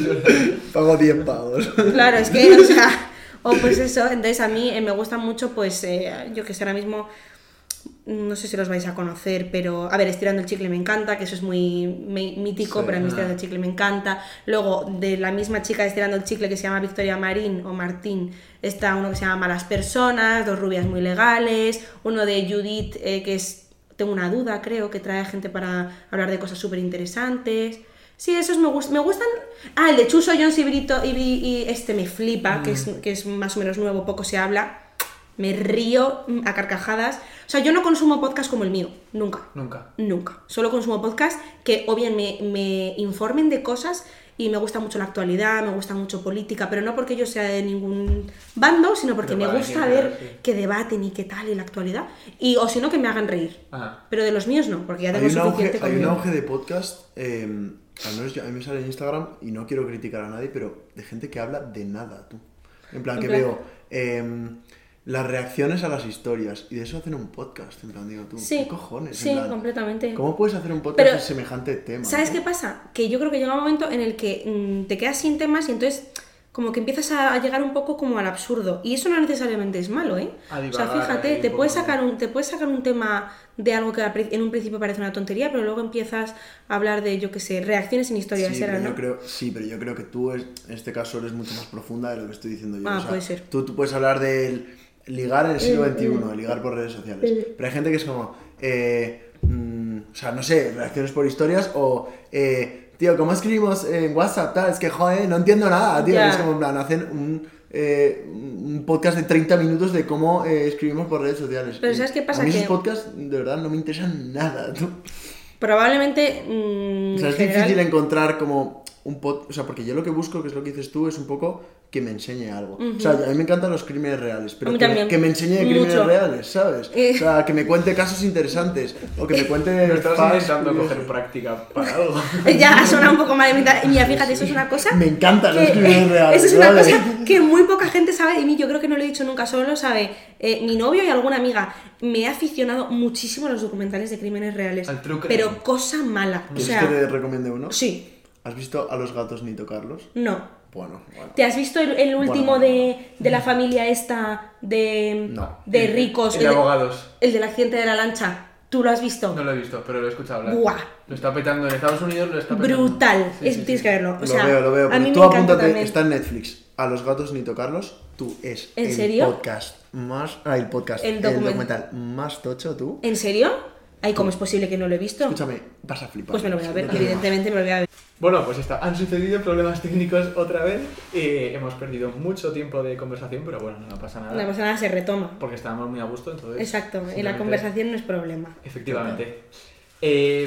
Pago diez pavos. Claro, es que, o sea, o pues eso, entonces a mí eh, me gusta mucho, pues, eh, yo que sé, ahora mismo, no sé si los vais a conocer, pero a ver, Estirando el Chicle me encanta, que eso es muy me- mítico, Sí, pero a mí ah. Estirando el Chicle me encanta. Luego, de la misma chica de Estirando el Chicle que se llama Victoria Marín o Martín, está uno que se llama Malas Personas, Dos rubias muy legales, uno de Judith, eh, que es Tengo una duda, creo, que trae gente para hablar de cosas súper interesantes. Sí, esos me gustan. Me gustan. Ah, el de Chuso, Jones y Brito y, y este me flipa, Mm. que, es, que es más o menos nuevo, poco se habla. Me río a carcajadas. O sea, yo no consumo podcast como el mío, nunca. Nunca. Nunca. Solo consumo podcast que o bien me, me informen de cosas y me gusta mucho la actualidad, me gusta mucho política, pero no porque yo sea de ningún bando, sino porque Pero me para gusta equilibrar, ver sí. qué debaten y qué tal y la actualidad. Y, o si no, que me hagan reír. Ajá. Pero de los míos no, porque ya Hay tengo un, auge, suficiente hay un conmigo. auge de podcast, eh, al menos yo- a mí me sale en Instagram, y no quiero criticar a nadie, pero de gente que habla de nada, tú. En plan, En que plan- veo eh, las reacciones a las historias, y de eso hacen un podcast, en plan, digo tú, Sí, ¿qué cojones? sí, En plan, completamente. ¿cómo puedes hacer un podcast Pero, de semejante tema? ¿Sabes no? qué pasa? Que yo creo que llega un momento en el que mm, te quedas sin temas y entonces como que empiezas a, a llegar un poco como al absurdo. Y eso no necesariamente es malo, ¿eh? A O sea, divagar fíjate, ahí te un puedes, poco. sacar un, te puedes sacar un tema de algo que al pri- en un principio parece una tontería, pero luego empiezas a hablar de, yo qué sé, reacciones en historias, Sí, era, pero ¿no? yo creo, sí, pero yo creo que tú es- en este caso eres mucho más profunda de lo que estoy diciendo yo. Ah, o sea, puede ser. Tú, tú puedes hablar del ligar en el siglo veintiuno, ligar por redes sociales. Pero hay gente que es como, eh, mm, o sea, no sé, reacciones por historias o, eh, tío, ¿cómo escribimos en WhatsApp? Tal, es que, joder, no entiendo nada, tío. Ya. Es como, en plan, hacen un, eh, un podcast de treinta minutos de cómo eh, escribimos por redes sociales. Pero Y ¿sabes qué pasa? A mí Que- esos podcasts, de verdad, no me interesan nada, tú. Probablemente... mm, O sea, es en general- difícil encontrar como un pod... O sea, porque yo lo que busco, que es lo que dices tú, es un poco que me enseñe algo. O sea, a mí me encantan los crímenes reales, pero A mí que, también. que me enseñe crímenes Mucho. reales, ¿sabes? Eh. O sea, que me cuente casos interesantes, o que me cuente... Pero estás facts intentando curiosos. coger práctica para algo. Ya suena un poco mal. Y mira, fíjate, eso es una cosa... Me encantan los que- crímenes reales, Eso es una ¿vale? cosa que muy poca gente sabe de mí. Yo creo que no lo he dicho nunca, solo lo sabe eh, mi novio y alguna amiga. Me he aficionado muchísimo a los documentales de crímenes reales. Al true crime. Pero cosa mala. O ¿Quieres sea, que te recomiende uno? sí, ¿Has visto A los gatos ni tocarlos? no. Bueno, bueno. ¿Te has visto el, el último Bueno. de, de la familia esta de, No. de El- ricos? el El, de de- abogados. el del accidente de la lancha. ¿Tú lo has visto? No lo he visto, pero lo he escuchado hablar. Buah. Lo está petando en Estados Unidos, lo está petando. Brutal. Sí, Es- sí, sí. Tienes que verlo. O Lo sea, veo, lo veo. a porque mí tú me encanta apúntate, también. está en Netflix. A los gatos ni tocarlos, tú es ¿En el serio? podcast más... Ah, el podcast. El El, document- documental más tocho, tú. ¿En serio? Ay, ¿cómo es posible que no lo he visto? Escúchame, vas a flipar. Pues me lo voy a ver, No tiene más. evidentemente me lo voy a ver. Bueno, pues está. Han sucedido problemas técnicos otra vez. Eh, hemos perdido mucho tiempo de conversación, pero bueno, no pasa nada. La persona se retoma. Porque estábamos muy a gusto, entonces. Exacto, y la simplemente- conversación no es problema. Efectivamente. Eh,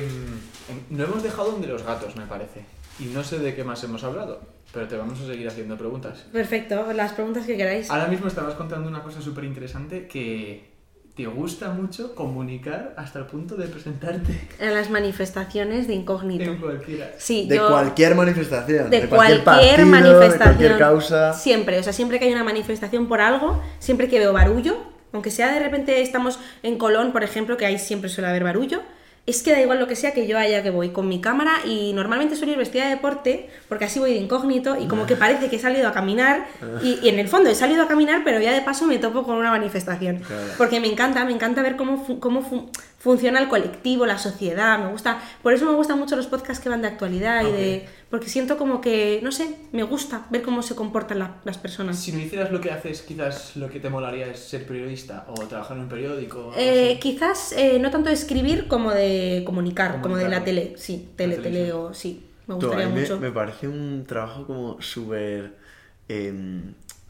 no hemos dejado donde los gatos, me parece. Y no sé de qué más hemos hablado, pero te vamos a seguir haciendo preguntas. Perfecto, las preguntas que queráis. Ahora mismo estabas contando una cosa súper interesante que te gusta mucho comunicar hasta el punto de presentarte En las manifestaciones de incógnito. en cualquiera. Sí, De yo... cualquier manifestación. de, cualquier, cualquier, partido, manifestación. de cualquier causa. Siempre, o sea, siempre que hay una manifestación por algo, siempre que veo barullo, aunque sea de repente estamos en Colón, por ejemplo, que ahí siempre suele haber barullo, es que da igual lo que sea, que yo allá que voy con mi cámara y normalmente suelo ir vestida de deporte porque así voy de incógnito y como que parece que he salido a caminar y, y en el fondo he salido a caminar pero ya de paso me topo con una manifestación Claro. porque me encanta, me encanta ver cómo, fu- cómo fu- funciona el colectivo, la sociedad, me gusta, por eso me gustan mucho los podcasts que van de actualidad y de, porque siento como que, no sé, me gusta ver cómo se comportan la- las personas. Si no hicieras lo que haces, quizás lo que te molaría es ser periodista o trabajar en un periódico. o algo Eh, así. quizás eh, no tanto de escribir como de comunicar, como de la Comunicar. tele, sí, tele, La tele televisión. o sí, me Tú, gustaría a mí me, mucho. me parece un trabajo como súper... em,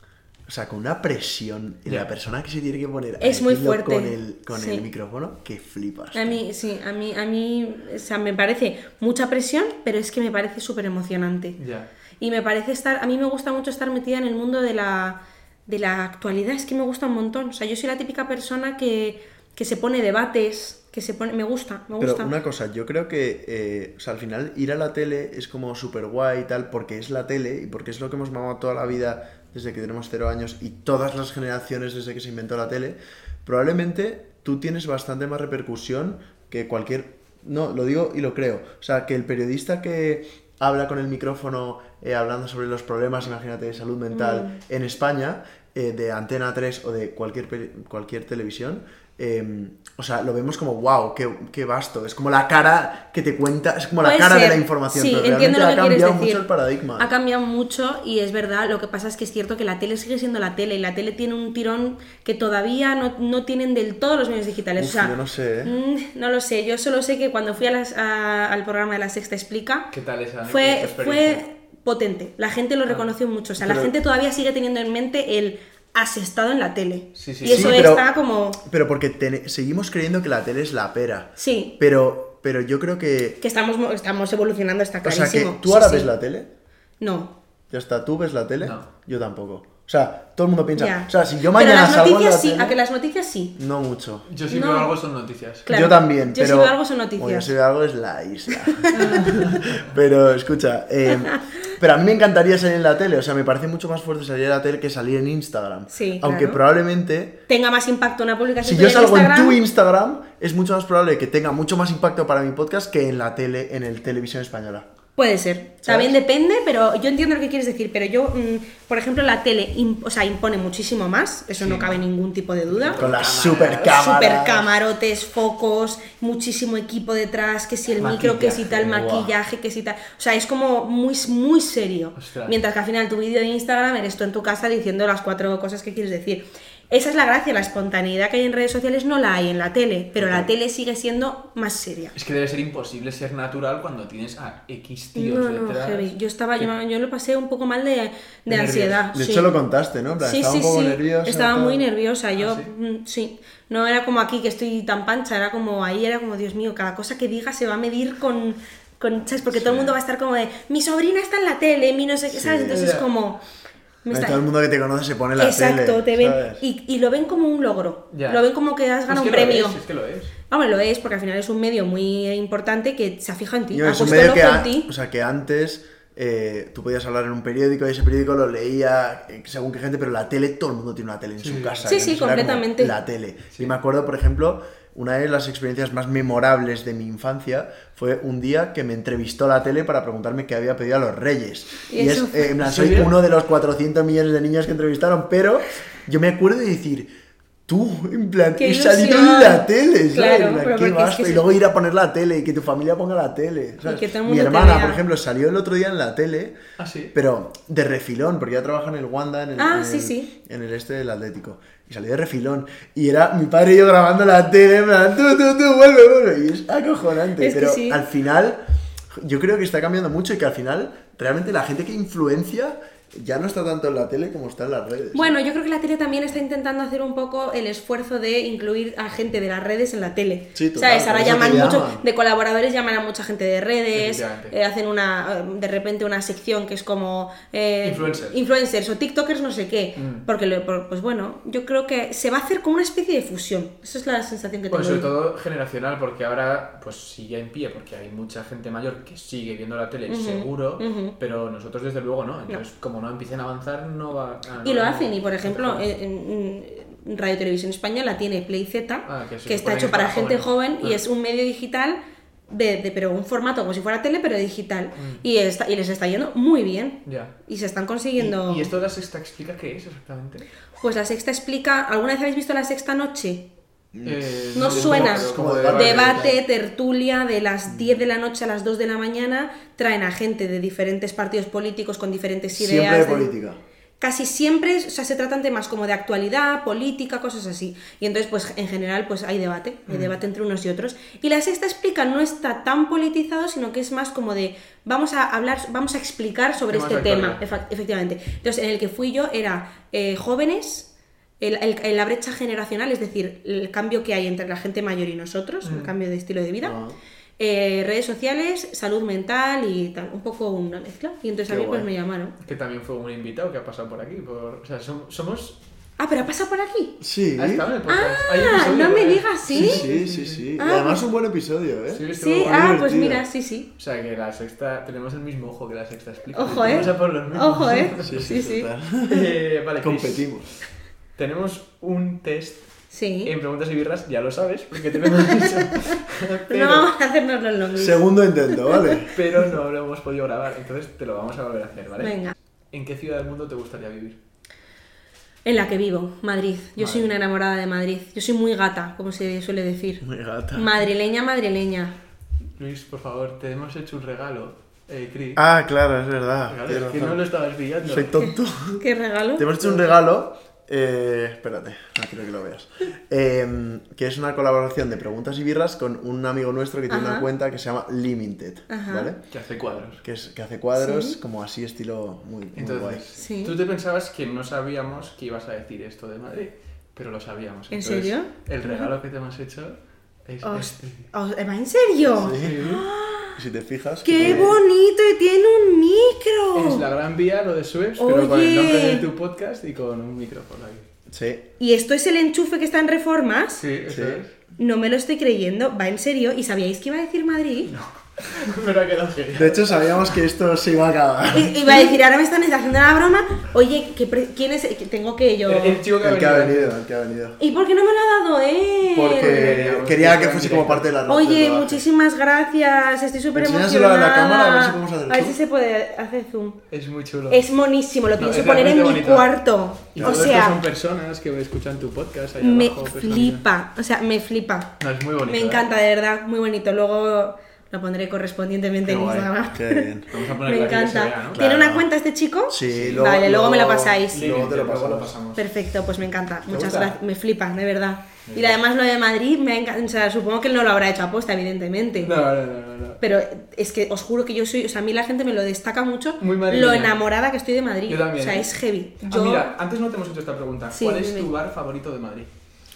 o sea, con una presión en Ya. la persona que se tiene que poner a Es muy decirlo fuerte, con el, con sí. el micrófono, que flipas. A mí, sí, a mí, a mí, o sea, me parece mucha presión, pero es que me parece súper emocionante. Ya. Y me parece estar, a mí me gusta mucho estar metida en el mundo de la, de la actualidad, es que me gusta un montón. O sea, yo soy la típica persona que, que se pone debates, que se pone, me gusta, me gusta. Pero una cosa, yo creo que eh, o sea, al final ir a la tele es como súper guay y tal, porque es la tele y porque es lo que hemos mamado toda la vida desde que tenemos cero años y todas las generaciones desde que se inventó la tele. Probablemente tú tienes bastante más repercusión que cualquier... No, lo digo y lo creo. O sea, que el periodista que habla con el micrófono eh, hablando sobre los problemas, imagínate, de salud mental en España, eh, de Antena tres o de cualquier, peri- cualquier televisión, Eh, o sea, lo vemos como, wow, qué, qué vasto. Es como la cara que te cuenta, es como la Puede cara ser. de la información. Sí, pero entiendo realmente lo que ha quieres cambiado decir. mucho el paradigma. Ha cambiado mucho y es verdad, lo que pasa es que es cierto que la tele sigue siendo la tele y la tele tiene un tirón que todavía no, no tienen del todo los medios digitales. Uf, o sea, yo no sé, ¿eh? mm, no lo sé, yo solo sé que cuando fui a las- a- al programa de La Sexta Explica, ¿Qué tal esa, fue, esa experiencia? fue potente, la gente lo reconoció mucho, o sea, la Pero- gente todavía sigue teniendo en mente el has estado en la tele. Sí, sí. Y eso Sí, pero- está como... Pero porque te- seguimos creyendo que la tele es la pera. Sí, Pero, pero yo creo que... que estamos, estamos evolucionando, está O clarísimo. sea, que tú Sí, ahora sí. ves la tele, No. ya está, ¿tú ves la tele? No. Yo tampoco. O sea, todo el mundo piensa... Ya. O sea, si yo Pero mañana las salgo en la noticias sí, tele... a que las noticias sí. No mucho. Yo si No. veo algo son noticias. Claro. Yo también, Yo si pero... veo algo son O noticias. yo si veo algo es la isla. Pero, escucha, eh, pero a mí me encantaría salir en la tele. O sea, me parece mucho más fuerte salir en la tele que salir en Instagram. Sí, Aunque claro. probablemente... Tenga más impacto una publicación Si yo tuya salgo Instagram, en tu Instagram, es mucho más probable que tenga mucho más impacto para mi podcast que en la tele, en el televisión española. puede ser. También depende, pero yo entiendo lo que quieres decir. Pero yo, mm, por ejemplo, la tele im- o sea, impone muchísimo más. Eso no cabe ningún tipo de duda. Con las Cámaras. super cámaras. Super camarotes, focos, muchísimo equipo detrás, que si el micro, que si tal Maquillaje, maquillaje, que si tal. O sea, es como muy, muy serio. Ostras. Mientras que al final tu vídeo de Instagram eres tú en tu casa diciendo las cuatro cosas que quieres decir. Esa es la gracia, la espontaneidad que hay en redes sociales no la hay en la tele, pero la tele sigue siendo más seria. Es que debe ser imposible ser natural cuando tienes a X tíos No, no, detrás. heavy. Yo estaba, yo, yo lo pasé un poco mal de, de nervios. ansiedad. De sí. hecho, lo contaste, ¿no? En plan, Sí, estaba sí, un poco sí. nerviosa. Estaba tal. muy nerviosa. Yo, ¿Ah, sí? mm, sí. No era como aquí que estoy tan pancha, era como ahí, era como, Dios mío, cada cosa que diga se va a medir con. con ¿sabes? Porque todo el mundo va a estar como de, mi sobrina está en la tele, mi no sé qué, ¿sabes? Entonces es Ya. como. me No, y está- todo el mundo que te conoce se pone en la Exacto, tele. te ven. ¿sabes? Y, y lo ven como un logro. Ya. Lo ven como que has Es ganado que un lo premio. es, es que lo es. Hombre, lo es, porque al final es un medio muy importante que se ha fijado en ti. Yo, ha es un puesto medio el que, ojo en a- ti. o sea, que antes eh, tú podías hablar en un periódico y ese periódico lo leía eh, según qué gente, pero la tele, todo el mundo tiene una tele en su casa. Sí, y sí, antes era como completamente. La tele. Y me acuerdo, por ejemplo, una de las experiencias más memorables de mi infancia fue un día que me entrevistó la tele para preguntarme qué había pedido a los reyes. ¿Y Y, es, eso? eh, en plan, ¿En soy serio? uno de los cuatrocientos millones de niños que entrevistaron, pero yo me acuerdo de decir... Tú, en plan, ¡Qué he salido ilusión! en la tele, ¿sabes? Claro, En plan, pero qué porque es vasto. que Y se- luego ir a poner la tele y que tu familia ponga la tele. ¿sabes? que todo el Mi mundo te hermana, vea. por ejemplo, salió el otro día en la tele, Ah, sí. pero de refilón, porque ella trabaja en el Wanda, en el, Ah, en sí, el- sí. en el este del Atlético. Y salió de refilón. Y era mi padre y yo grabando la tele, en plan, tú, tú, tú, vuelve, vuelve. Y es acojonante. Es que pero sí. al final, yo creo que está cambiando mucho y que al final, realmente la gente que influencia ya no está tanto en la tele como está en las redes. Bueno, yo creo que la tele también está intentando hacer un poco el esfuerzo de incluir a gente de las redes en la tele. Sí, total, ¿sabes? por Ahora eso llaman te mucho, llaman. de colaboradores llaman a mucha gente de redes, Efectivamente. eh, hacen una, eh, de repente una sección que es como eh, Influencers. influencers o tiktokers no sé qué. Mm. Porque, lo- por- pues bueno, yo creo que se va a hacer como una especie de fusión. Esa es la sensación que tengo. Pues sobre yo. todo generacional, porque ahora pues sigue en pie, porque hay mucha gente mayor que sigue viendo la tele, Ujú, seguro, ujú. pero nosotros desde luego no. Entonces, como no empiecen a avanzar, no va a... Y no- lo hacen, y por ejemplo, no- en, en Radio Televisión Española tiene Play Z, Ah, que se que está supone hecho que para es para gente joven jóvenes. y Ah. es un medio digital, de, de- pero un formato como si fuera tele, pero digital. Mm. Y, está, y les está yendo muy bien. Ya. Y se están ¿Y, consiguiendo... y esto de la sexta explica qué es exactamente? Pues La Sexta explica... ¿Alguna vez habéis visto La Sexta Noche? Eh, No es suena. como- como como debate. Debate, tertulia, de las diez de la noche a las dos de la mañana, traen a gente de diferentes partidos políticos con diferentes ideas. Siempre de de- política. Casi siempre, o sea, se tratan temas como de actualidad, política, cosas así. Y entonces, pues, en general, pues hay debate, hay debate entre unos y otros. Y La Sexta explica no está tan politizado, sino que es más como de, vamos a hablar, vamos a explicar sobre Temas este de tema, actualidad. efa- efectivamente. Entonces, en el que fui yo era eh, jóvenes, el- el- la brecha generacional, es decir, el cambio que hay entre la gente mayor y nosotros, el cambio de estilo de vida. Ah. eh, redes sociales, salud mental y tal, un poco una mezcla. Y entonces Qué a mí pues guay. me llamaron. Que también fue un invitado que ha pasado por aquí. Por... O sea, som- somos... Ah, pero ha pasado por aquí. Sí. Ha estado en el podcast. Hay Ah, episodio no por me ahí. digas, ¿sí? Sí, sí, sí. Y Ah, además pues- un buen episodio, ¿eh? Sí, estuvo Sí, guay. ah, divertido. pues mira, sí, sí. O sea, que la sexta... Tenemos el mismo ojo que la sexta explica. Ojo, eh. Vamos a por los mismos. Ojo, eh. Sí, Sí, sí, sí. total. Eh, vale, Chris, Competimos. tenemos un test Sí. en preguntas y birras, ya lo sabes, porque te lo hemos dicho. Pero, No vamos a hacernos los longos. Segundo intento, ¿vale? pero no lo hemos podido grabar, entonces te lo vamos a volver a hacer, ¿vale? Venga. ¿En qué ciudad del mundo te gustaría vivir? En la que vivo, Madrid. Yo soy Madrid. una enamorada de Madrid. Yo soy muy gata, como se suele decir. Muy gata. Madrileña, madrileña. Luis, por favor, te hemos hecho un regalo, eh, Chris. Ah, claro, es verdad. Regalo, Tienes es que razón. no lo estabas pillando. Soy tonto. ¿Qué regalo? Te hemos hecho un regalo. Eh, espérate, no quiero que lo veas. Eh, que es una colaboración de preguntas y birras con un amigo nuestro que tiene Ajá. una cuenta que se llama Limited, Ajá. ¿vale? Que hace cuadros. Que, es, que hace cuadros Sí. como así estilo muy, muy Entonces, guay. Sí. tú te pensabas que no sabíamos que ibas a decir esto de Madrid, pero lo sabíamos. ¿En Entonces, serio? El regalo que te hemos hecho es Os- este. os- ¿Va en serio? Sí. Y si te fijas... ¡Qué que- bonito! Y tiene un micro. Es la Gran Vía, lo de Suez, pero con el Oye. nombre de tu podcast y con un micrófono ahí. Sí. ¿Y esto es el enchufe que está en Reformas? Sí, eso Sí. es. No me lo estoy creyendo. ¿Va en serio? ¿Y sabíais que iba a decir Madrid? Pero ha quedado genial. De hecho, sabíamos que esto se iba a acabar. I- Iba a decir, ahora me están haciendo una broma. Oye, ¿qué pre- ¿quién es? Que tengo que yo... El, el chico que El que ha ha venido. venido, el que ha venido. ¿Y por qué no me lo ha dado él? Porque Queríamos quería que que fuese como fuera parte de la de Oye, la- muchísimas gracias. Estoy súper Enséñaselo emocionada. a la cámara, a ver si podemos hacer A ver zoom. si se puede hacer zoom. Es muy chulo. Es monísimo, lo No, pienso es poner en mi realmente bonito. cuarto. Y O todo esto sea, son personas que escuchan tu podcast ahí me abajo. personas- flipa. O sea, me flipa. No, es muy bonito. Me ¿eh? encanta, de verdad, muy bonito. Luego lo pondré correspondientemente Qué en guay. Instagram. Qué bien. Vamos a Me ponerlo aquí que se encanta. vea, ¿no? ¿Tiene Claro. una cuenta este chico? Sí, Vale, luego me la pasáis. Sí, Luego te lo luego lo pasamos. pasamos. Perfecto, pues me encanta. Muchas gusta? gracias. Me flipa, de verdad. Y además lo de Madrid, me encanta. O sea, supongo que él no lo habrá hecho a posta, evidentemente. No, no, no, no, no. Pero es que os juro que yo soy, o sea, a mí la gente me lo destaca mucho Muy madrileña. lo enamorada que estoy de Madrid. Yo también, O sea, ¿eh? es heavy. Ah, Yo, mira, antes no te hemos hecho esta pregunta. Sí, ¿Cuál es dime. tu bar favorito de Madrid?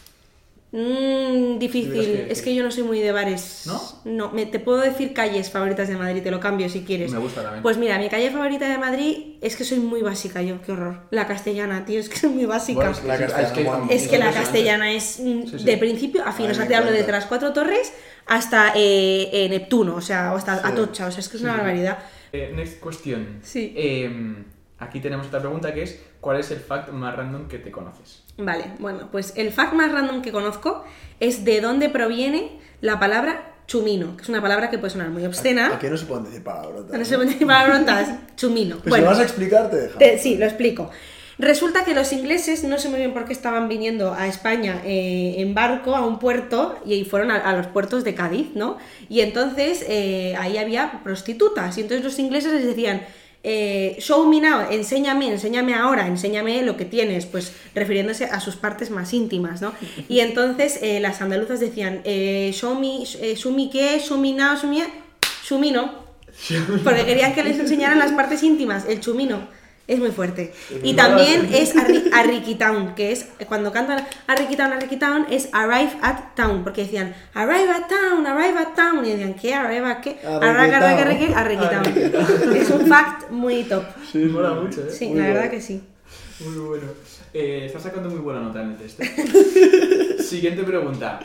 Mmm, difícil. Tuvieras que Es decir. que yo no soy muy de bares. ¿No? No, me, te puedo decir calles favoritas de Madrid, te lo cambio si quieres. Me gusta también. Pues mira, mi calle favorita de Madrid es que soy muy básica yo, qué horror. La castellana, tío, es que soy muy básica. Bueno, es que, La sí, castellana, es que, bueno. Es que la impresionante. castellana es mm, Sí, sí. de principio a fin, A o mí sea, me te hablo encanta. desde las cuatro torres hasta eh, eh, Neptuno, o sea, o hasta Sí. Atocha, o sea, es que es una barbaridad. Eh, next question. Sí. Eh, aquí tenemos otra pregunta que es: ¿cuál es el fact más random que te conoces? Vale, bueno, pues el fact más random que conozco es de dónde proviene la palabra chumino, que es una palabra que puede sonar muy obscena. Aquí no se pueden decir palabrotas. No se puede decir palabrotas, chumino. Pues Bueno, si vas a explicar, te deja. te- sí, lo explico. Resulta que los ingleses, no sé muy bien por qué estaban viniendo a España eh, en barco a un puerto y fueron a, a los puertos de Cádiz, ¿no? Y entonces eh, ahí había prostitutas y entonces los ingleses les decían, eh, show me now, enséñame, enséñame ahora, enséñame lo que tienes, pues refiriéndose a sus partes más íntimas, ¿no? Y entonces eh, las andaluzas decían, eh, show me, eh, show me qué, show me now, show me, chumino, porque querían que les enseñaran las partes íntimas, el chumino. Es muy fuerte. Y también es Arri- Arriquitown, que es cuando cantan Arriquitown, Arriquitown, es Arrive at Town, porque decían Arrive at Town, Arrive at Town, y decían ¿qué? ¿Arrive at qué? Arraga, arraga, arraga, Arriquitown. Es un fact muy top. Sí, mola mucho, ¿eh? Sí, Muy la verdad bueno. que sí. Muy bueno. Eh, estás sacando muy buena nota en el test. ¿eh? Siguiente pregunta.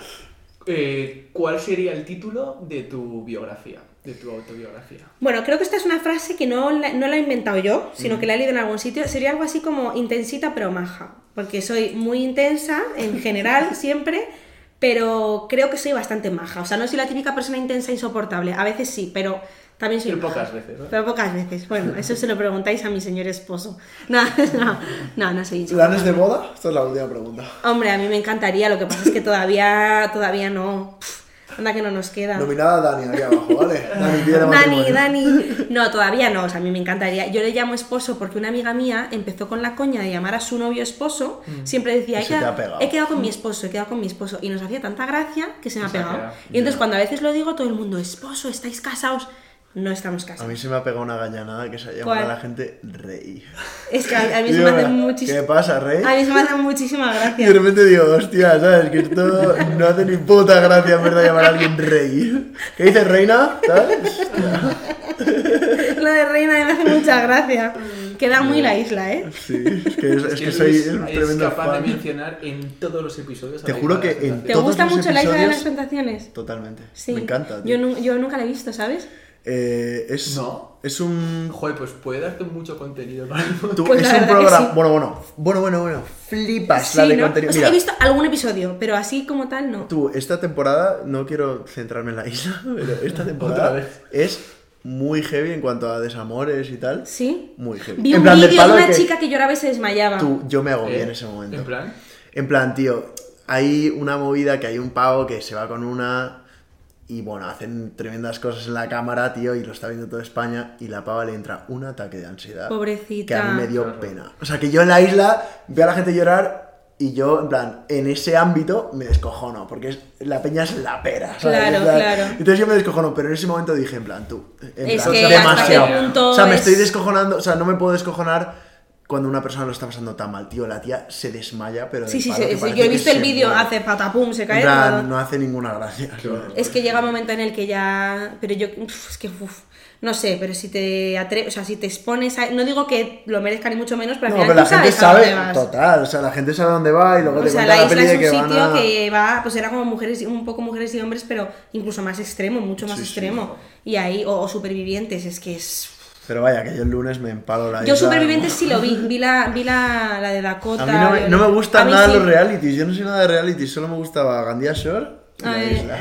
Eh, ¿Cuál sería el título de tu biografía? De tu autobiografía. Bueno, creo que esta es una frase que no la, no la he inventado yo, sino que la he leído en algún sitio. Sería algo así como intensita pero maja, porque soy muy intensa en general siempre, pero creo que soy bastante maja. O sea, no soy la típica persona intensa e insoportable. A veces sí, pero también soy Pero maja. pocas veces, ¿no? Pero pocas veces. Bueno, eso se lo preguntáis a mi señor esposo. No, no, no, no soy insoportable. ¿Planes de boda? Esta es la última pregunta. Hombre, a mí me encantaría, lo que pasa es que todavía, todavía no. Pff, anda que no nos queda. Nominada Dani aquí abajo, ¿vale? Dani, pide Dani, matrimonio. Dani. No, todavía no, o sea, a mí me encantaría. Yo le llamo esposo porque una amiga mía empezó con la coña de llamar a su novio esposo. Siempre decía, Y he se te quedado, ha pegado. he quedado con mi esposo, he quedado con mi esposo. Y nos hacía tanta gracia que se me ha Se ha pegado. quedado. Y entonces cuando a veces lo digo, todo el mundo, esposo, ¿estáis casados? No estamos A casados. mí se me ha pegado una gañanada que se llama ¿Cuál? a la gente rey. Es que a, a mí Y se yo, me hace ¿qué muchísimo... pasa, rey? A mí se me hace muchísima Y de gracia. repente digo, hostia, ¿sabes? Que esto no hace ni puta gracia en verdad llamar a alguien rey. ¿Qué dices, reina? ¿Sabes? Lo de reina me hace mucha gracia. Queda muy la isla, ¿eh? Sí, es que, es, es que Luis soy es un tremendo capaz fan. de mencionar en todos los episodios. a Te la juro isla de que las en ¿Te todos gusta los mucho la isla de las episodios- tentaciones? Totalmente. Sí. Me encanta, tío. Yo, nu- yo nunca la he visto, ¿sabes? Eh, es, ¿No? es un... Joder, pues puede darte mucho contenido para el mundo. tú- Pues la es un verdad que programa... sí. Bueno, bueno. Bueno, bueno, bueno. Flipas Sí, la de ¿no? contenido. O sea, Mira, he visto algún episodio, pero así como tal, no. tú, esta temporada, no quiero centrarme en la isla, pero esta temporada Otra vez. es muy heavy en cuanto a desamores y tal. ¿Sí? Muy heavy. Vi En un plan, del vídeo de palo una que chica que lloraba y se desmayaba. Tú, yo me agobié ¿Eh? en ese momento. ¿En plan? En plan, tío, hay una movida que hay un pavo que se va con una y bueno, hacen tremendas cosas en la cámara, tío, y lo está viendo toda España y la pava le entra un ataque de ansiedad. Pobrecita. Que a mí me dio Claro. pena. O sea, que yo en la isla veo a la gente llorar y yo, en plan, en ese ámbito me descojono, porque es, la peña es la pera, ¿sabes? Claro, En plan, claro. Entonces yo me descojono, pero en ese momento dije, en plan, tú, en Es plan, que demasiado. hasta qué punto O sea, me es- estoy descojonando, o sea, no me puedo descojonar cuando una persona lo está pasando tan mal, tío. La tía se desmaya, pero Sí, del sí, palo sí, que sí, parece yo he que visto el se vídeo, muere. hace patapum, se En cae. plan, todo. no hace ninguna gracia. Es que llega un momento en el que ya... Pero yo... uf, es que... uf, no sé, pero si te atreves... O sea, si te expones a... No digo que lo merezca ni mucho menos, pero al No, final pero la tú gente sabes a sabe, dónde vas. total, o sea, la gente sabe dónde va y luego O te sea, cuenta la la peli isla de es que un van sitio a... que va, pues era como mujeres, un poco mujeres y hombres, pero incluso más extremo, mucho más Sí, sí. extremo. Y ahí, o, o supervivientes, es que es... Pero vaya, que yo el lunes me empalo la Yo isla. supervivientes sí lo vi, vi la, vi la, la de Dakota. A mí no me, no me Violet. gustan A mí nada sí. los realities, yo no soy nada de realities, solo me gustaba Gandia Shore y A la ver. isla.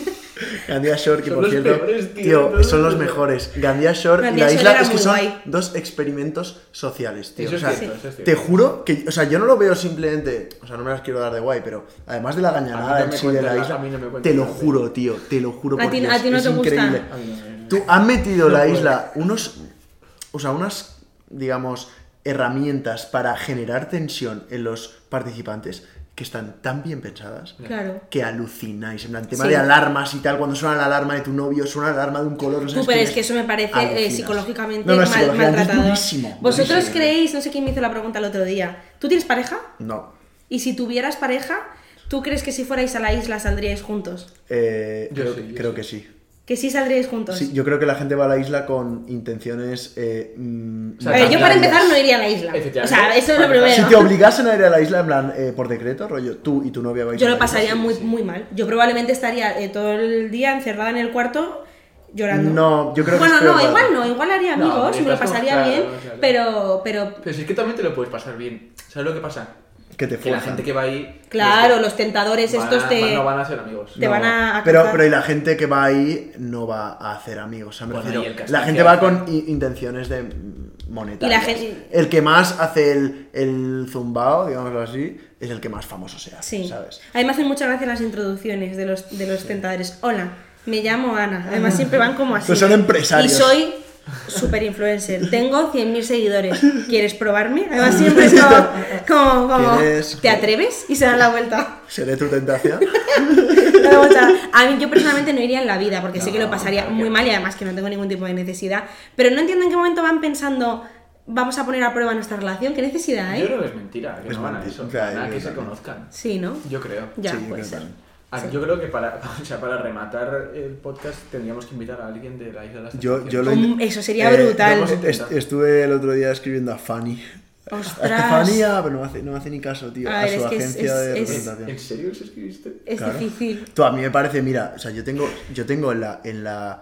Gandia Shore, que Son por los cierto, peores, tío, tío, todos son los los- mejores. Gandia Shore y Gandia la Shore isla era es que muy son guay. dos experimentos sociales, tío. Eso O es sea, cierto, eso es te cierto. juro que, o sea, yo no lo veo simplemente, o sea, no me las quiero dar de guay, pero además de la A gañanada mí no en me sí de la cuentes la- isla, a mí no me cuentes te lo la- juro, tío, te lo juro ¿A por ti- Dios, a ti no es te gusta? increíble. A mí no me- Tú han metido No la puedo. isla unos, o sea, unas, digamos, herramientas para generar tensión en los participantes que están tan bien pensadas Claro. que alucináis. En plan, tema Sí. de alarmas y tal, cuando suena la alarma de tu novio, suena la alarma de un color, no sabes Tú, pero quién es que eso me parece eh, Alucinas. psicológicamente No, no, mal- psicológicamente es maltratador. durísimo, ¿Vosotros durísimo. creéis, no sé quién me hizo la pregunta el otro día, ¿tú tienes pareja? No. Y si tuvieras pareja, ¿tú crees que si fuerais a la isla saldríais juntos? Eh, Yo creo sí, yo creo sí. que sí. Que sí saldríais juntos. Sí, yo creo que la gente va a la isla con intenciones. Eh, mm, O sea, A ver, yo para bancarias. empezar no iría a la isla. O Efectivamente. sea, eso es lo Para empezar. primero. Si te obligasen a ir a la isla, en plan, eh, por decreto, rollo, tú y tu novia vais Yo a la lo isla, pasaría sí, muy, sí. muy mal. Yo probablemente estaría eh, todo el día encerrada en el cuarto llorando. No, yo creo que Bueno, es peor no, para igual ti. no, igual haría No, amigos y me lo estás como- pasaría claro, bien, claro. pero, pero Pero si es que también te lo puedes pasar bien. ¿Sabes lo que pasa? Que te Que la fuerzan. gente que va ahí... claro, es que los tentadores van estos a- te... No van a ser amigos. te van a- a pero, cazar. pero y la gente que va ahí no va a hacer amigos. O sea, me Bueno, refiero, y el casting la que gente va hace. con i- intenciones de mm, monetarias. Y la gente- El que más hace el, el zumbao, digámoslo así, es el que más famoso se hace, Sí. ¿sabes? A mí me hacen muchas gracias las introducciones de los, de los tentadores. Hola, me llamo Ana. Además siempre van como así. Pues son empresarios. Y soy super influencer. Tengo cien mil seguidores. ¿Quieres probarme? Además siempre es como, como, como, ¿Quieres- ¿te atreves? Y se dan la vuelta. ¿Seré tu tentación? No, o sea, a mí yo personalmente no iría en la vida porque sé que lo pasaría claro que muy no. mal y además que no tengo ningún tipo de necesidad. Pero no entiendo en qué momento van pensando vamos a poner a prueba nuestra relación. ¿Qué necesidad hay? Yo creo que es mentira, que Es no van a mentira. eso. O sea, Van a yo que se también. conozcan. Sí, ¿no? Yo creo. Ya, Sí, yo puede creo ser. también. Ah, Sí. Yo creo que para, o sea, para rematar el podcast tendríamos que invitar a alguien de la isla de las Yo, yo lo Tentaciones. Um, eso sería eh, brutal. vamos a- est- estuve el otro día escribiendo a Fanny. Ostras. Estefanía, pero no me hace, no me hace ni caso, tío. A A, ver, su es que es- agencia es- de es- representación. ¿En serio os escribiste? Es Claro. difícil. Tú, a mí me parece, mira, o sea, yo tengo, yo tengo en la, en la,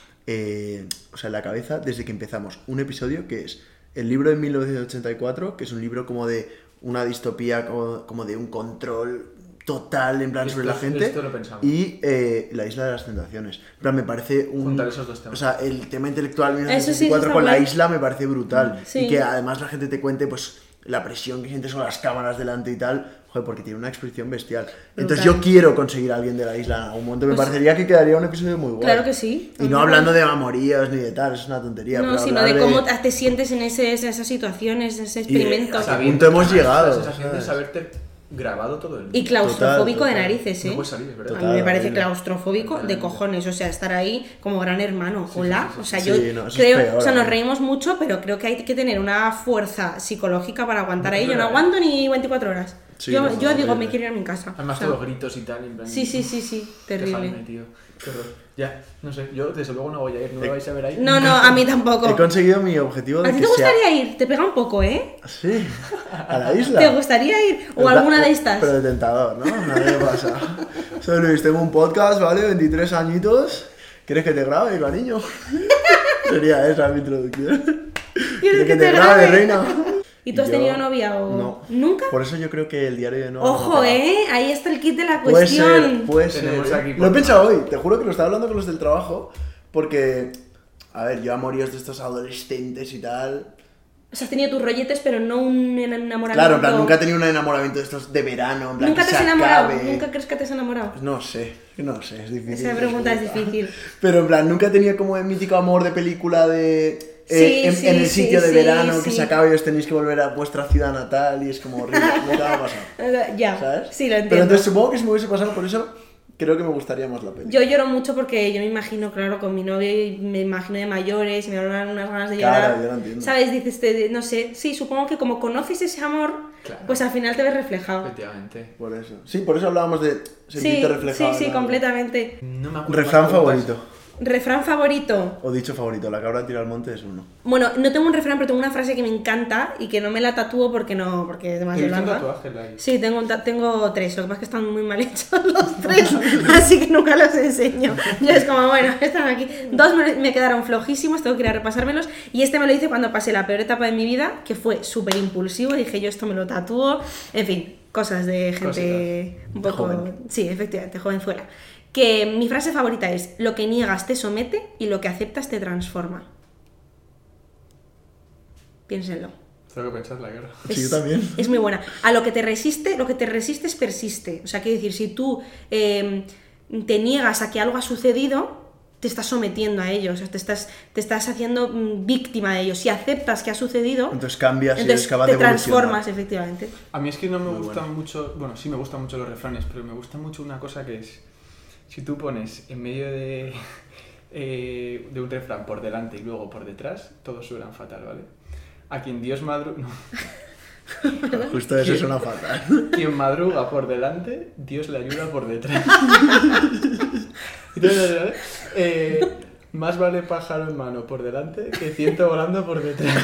eh, o sea, en la cabeza desde que empezamos un episodio que es el libro de mil novecientos ochenta y cuatro, que es un libro como de una distopía, como, como de un control total en plan Esto sobre la es- gente, esto lo pensamos. y eh, la isla de las tentaciones. En plan, me parece un, Juntar esos dos temas. o sea, el tema intelectual de mil Eso novecientos sí, ochenta y cuatro está con la guay. isla me parece brutal, Sí. y que además la gente te cuente, pues, la presión que sientes con las cámaras delante y tal, joder, porque tiene una expresión bestial. Entonces Brutal. yo quiero conseguir a alguien de la isla en algún momento, me Pues- parecería que quedaría un episodio muy guay. Claro que sí. Y no hablando de amoríos ni de tal, es una tontería. No, pero sino hablar de cómo te sientes en, ese, en esas situaciones, en ese experimento. Y- Sabiendo- punto hemos además, llegado, La sensación de ¿sabes? saberte grabado todo el día. Y claustrofóbico Total, de total. narices, ¿eh? No puedes salir, es verdad. A mí me parece Total, claustrofóbico de cojones, o sea, estar ahí como gran hermano. Hola, o sea, sí. yo Sí, no, eso es creo, peor, o sea, nos ¿eh? reímos mucho, pero creo que hay que tener una fuerza psicológica para aguantar No, ahí. es Yo no verdad, aguanto ni veinticuatro horas. Sí, yo no, yo no, digo, horrible. me quiero ir a mi casa. Además, o sea, todos gritos y tal. En plan, sí, sí, sí, sí, terrible. Déjame, tío. Qué horror. Ya, no sé, yo desde luego no voy a ir, no me vais a ver ahí. No, no, a mí tampoco. He conseguido mi objetivo de ¿A ti que te sea... gustaría ir? Te pega un poco, ¿eh? Sí, a la isla. ¿Te gustaría ir? ¿O Pero alguna ta- de estas? Pero de tentador, ¿no? Nada me pasa. Soy Luis, tengo un podcast, ¿vale? veintitrés añitos. ¿Quieres que te grabe, cariño? Sería esa mi introducción. ¿Quieres que te grabe? reina? ¿Y tú has yo- tenido novia o...? No. ¿Nunca? Por eso yo creo que el diario de Noah... Ojo, no pega. ¿eh? Ahí está el kit de la Puede ser, cuestión. puede ser. Tenemos ¿eh? aquí Lo he por- pensado hoy, te juro que lo estaba hablando con los del trabajo, porque A ver, yo amoríos de estos adolescentes y tal... O sea, has tenido tus rolletes, pero no un enamoramiento... Claro, en plan, nunca he tenido un enamoramiento de estos de verano, en plan, ¿Nunca que te has se enamorado? acabe. ¿Nunca crees que te has enamorado? No sé, no sé, es difícil. Esa pregunta es difícil. Pero en plan, nunca he tenido como el mítico amor de película de... eh, Sí, en, sí, en el sí, sitio de sí, verano, que sí. se acabe y os tenéis que volver a vuestra ciudad natal y es como horrible. Nunca me ha pasado. Ya, ¿Sabes? sí, lo entiendo. Pero entonces supongo que si me hubiese pasado por eso, creo que me gustaría más la peli. Yo lloro mucho porque yo me imagino, claro, con mi novio y me imagino de mayores y me dan unas ganas de llorar. Claro, yo lo entiendo. ¿Sabes? Dices, te- no sé, sí, supongo que como conoces ese amor, Claro. pues al final te ves reflejado. Efectivamente. Por eso. Sí, por eso hablábamos de Sí, sentirte sí, reflejado. sí, en algo. completamente. No me acuerdo Refrán más preguntas. favorito. Refrán favorito. O dicho favorito, la cabra tira al monte es uno. Bueno, no tengo un refrán, pero tengo una frase que me encanta y que no me la tatúo porque no, porque es He demasiado visto un larga. tatuaje, la he- Sí, tengo, un ta- tengo tres, lo que pasa es que están muy mal hechos los tres, así que nunca los enseño. Yo es como, bueno, están aquí. Dos me, me quedaron flojísimos, tengo que ir a repasármelos. Y este me lo hice cuando pasé la peor etapa de mi vida, que fue súper impulsivo. Dije, yo esto me lo tatúo. En fin, cosas de gente un poco... Joven. Sí, efectivamente, jovenzuela. Que mi frase favorita es, lo que niegas te somete y lo que aceptas te transforma. Piénsenlo. Tengo que pensarla, claro. Sí, yo también. Es muy buena. A lo que te resiste, lo que te resistes persiste. O sea, quiero decir, si tú eh, te niegas a que algo ha sucedido, te estás sometiendo a ello, o sea, te estás, te estás haciendo mm, víctima de ello. Si aceptas que ha sucedido, Entonces cambias y entonces eres capaz te de evolucionar. transformas, efectivamente. A mí es que no me Muy gustan bueno. mucho, bueno, sí me gustan mucho los refranes, pero me gusta mucho una cosa que es, si tú pones en medio de, eh, de un refrán por delante y luego por detrás, todos suenan fatal, ¿vale? A quien Dios madruga, no, Justo eso ¿Quién? suena fatal. quien madruga por delante, Dios le ayuda por detrás. Entonces, ¿vale? Eh, más vale pájaro en mano por delante que ciento volando por detrás.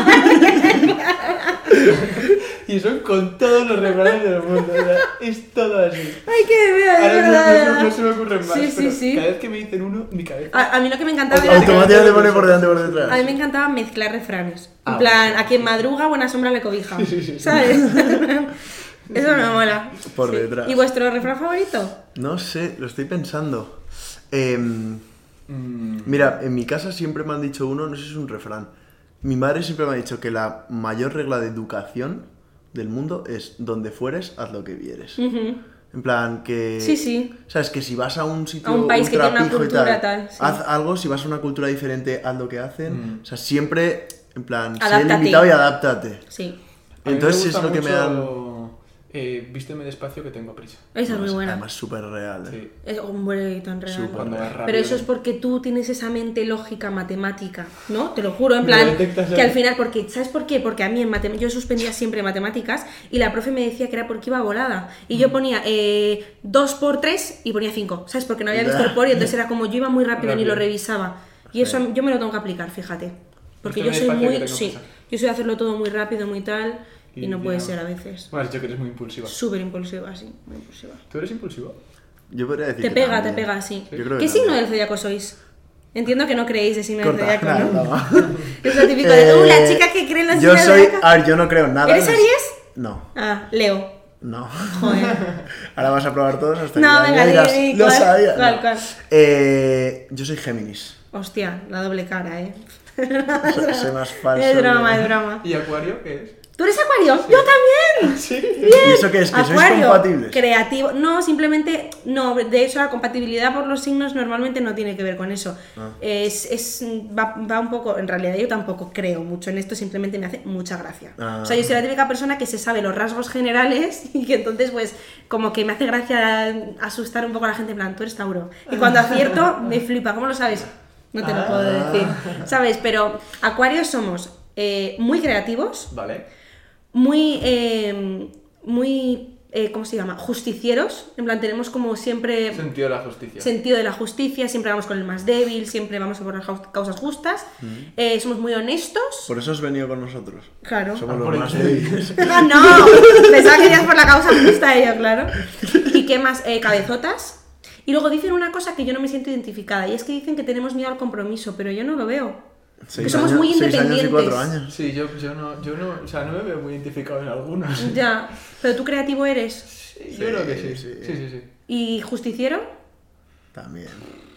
Y son con todos los refranes del mundo, o sea, es todo así. Ay, qué bien, Ahora de no, verdad, no- de no- verdad. no se me ocurren más, Sí, sí, pero sí. cada vez que me dicen uno, mi cabeza... A, a mí lo que me encantaba Auto- era... Automáticamente pone por delante y por detrás. A mí me encantaba mezclar refranes. Ah, En plan, bueno. a quien madruga, buena sombra le cobija. Sí, sí, sí. ¿Sabes? Eso me mola. Por Sí. detrás. ¿Y vuestro refrán favorito? No sé, lo estoy pensando. Em, Mm, mira, en mi casa siempre me han dicho uno, no sé si es un refrán. Mi madre siempre me ha dicho que la mayor regla de educación del mundo es donde fueres, haz lo que vieres. Ujú. En plan, que... Sí, sí. ¿Sabes? Que si vas a un sitio A un país que ultra tiene una pijo y cultura tal, sí. haz algo, si vas a una cultura diferente, haz lo que hacen. Mm. O sea, siempre, en plan, sé Adáptate. limitado y adáptate. Sí. a mí me Entonces es gusta lo que me mucho, dan... eh, vísteme despacio que tengo prisa. Esa es muy buena. Además, súper real. ¿eh? Sí. Es un buen tan real. Súper. Cuando vas rápido. Pero eso es porque tú tienes esa mente lógica matemática, ¿no? Te lo juro, en Lo plan, detectas que ya. al final, porque, ¿sabes por qué? Porque a mí en matem- yo suspendía siempre matemáticas y la profe me decía que era porque iba volada. Y yo ponía eh, dos por tres y ponía cinco, ¿sabes? Porque no había visto el por y entonces era como yo iba muy rápido, ni lo Rápido. revisaba. Y eso a mí- yo me lo tengo que aplicar, fíjate. Porque yo Vísteme soy despacio muy, que tengo sí, prisa. yo soy de hacerlo todo muy rápido, muy tal, y, Y no ya. puede ser a veces. Me has dicho que eres muy impulsiva. Súper impulsiva, sí, muy impulsiva. ¿Tú eres impulsiva? Yo podría decir Te que pega, te también. pega, sí. Yo creo que ¿Qué signo también. del zodiaco sois? Entiendo que no creéis de signo del Corta, zodiaco, nada, ¿no? nada. Es lo típico de, uh, la Eh, chica que cree en los Yo signos del soy... zodiaco. A ver, yo no creo en nada. ¿Eres no sé- Aries? No, Ah, Leo. no. Joder. Ahora vas a probar todos hasta No, que venga, ya dirás, di, di, lo ¿cuál? sabía. ¿Cuál, No. cuál? Eh, yo soy Géminis. Hostia, la doble cara, ¿eh? Soy soy más falso. Es broma, que- es broma. ¿Y Acuario qué es? ¿Tú eres Acuario? ¡Yo también! Sí. ¿Y eso qué es? ¿Que sois Acuario, compatibles? creativo. No, simplemente, no, de hecho la compatibilidad por los signos normalmente no tiene que ver con eso. Ah. Es, es va, va un poco, en realidad yo tampoco creo mucho en esto, simplemente me hace mucha gracia. Ah. O sea, yo soy la típica persona que se sabe los rasgos generales y que entonces pues como que me hace gracia asustar un poco a la gente en plan, tú eres Tauro. Y cuando acierto me flipa, ¿cómo lo sabes? No te lo puedo Ah. decir, ¿sabes? Pero Acuarios somos eh, muy creativos, Vale. muy, eh, muy, eh, ¿cómo se llama? Justicieros. En plan, tenemos como siempre Sentido de la justicia. sentido de la justicia, siempre vamos con el más débil, siempre vamos a por las jau- causas justas. Eh, somos muy honestos. Por eso has venido con nosotros. Claro. Somos Ah, los por más el- débiles. Ah, no, pensaba que ibas por la causa justa ella, claro. ¿Y qué más? Eh, cabezotas. Y luego dicen una cosa que yo no me siento identificada, y es que dicen que tenemos miedo al compromiso, pero yo no lo veo. Seis somos años- muy seis años y independientes. cuatro años. Sí, yo, yo, no, yo no, o sea, no me veo muy identificado en algunos. Ya, pero tú creativo eres. Sí, yo creo que sí. Sí, Sí, sí, sí. ¿Y justiciero? También.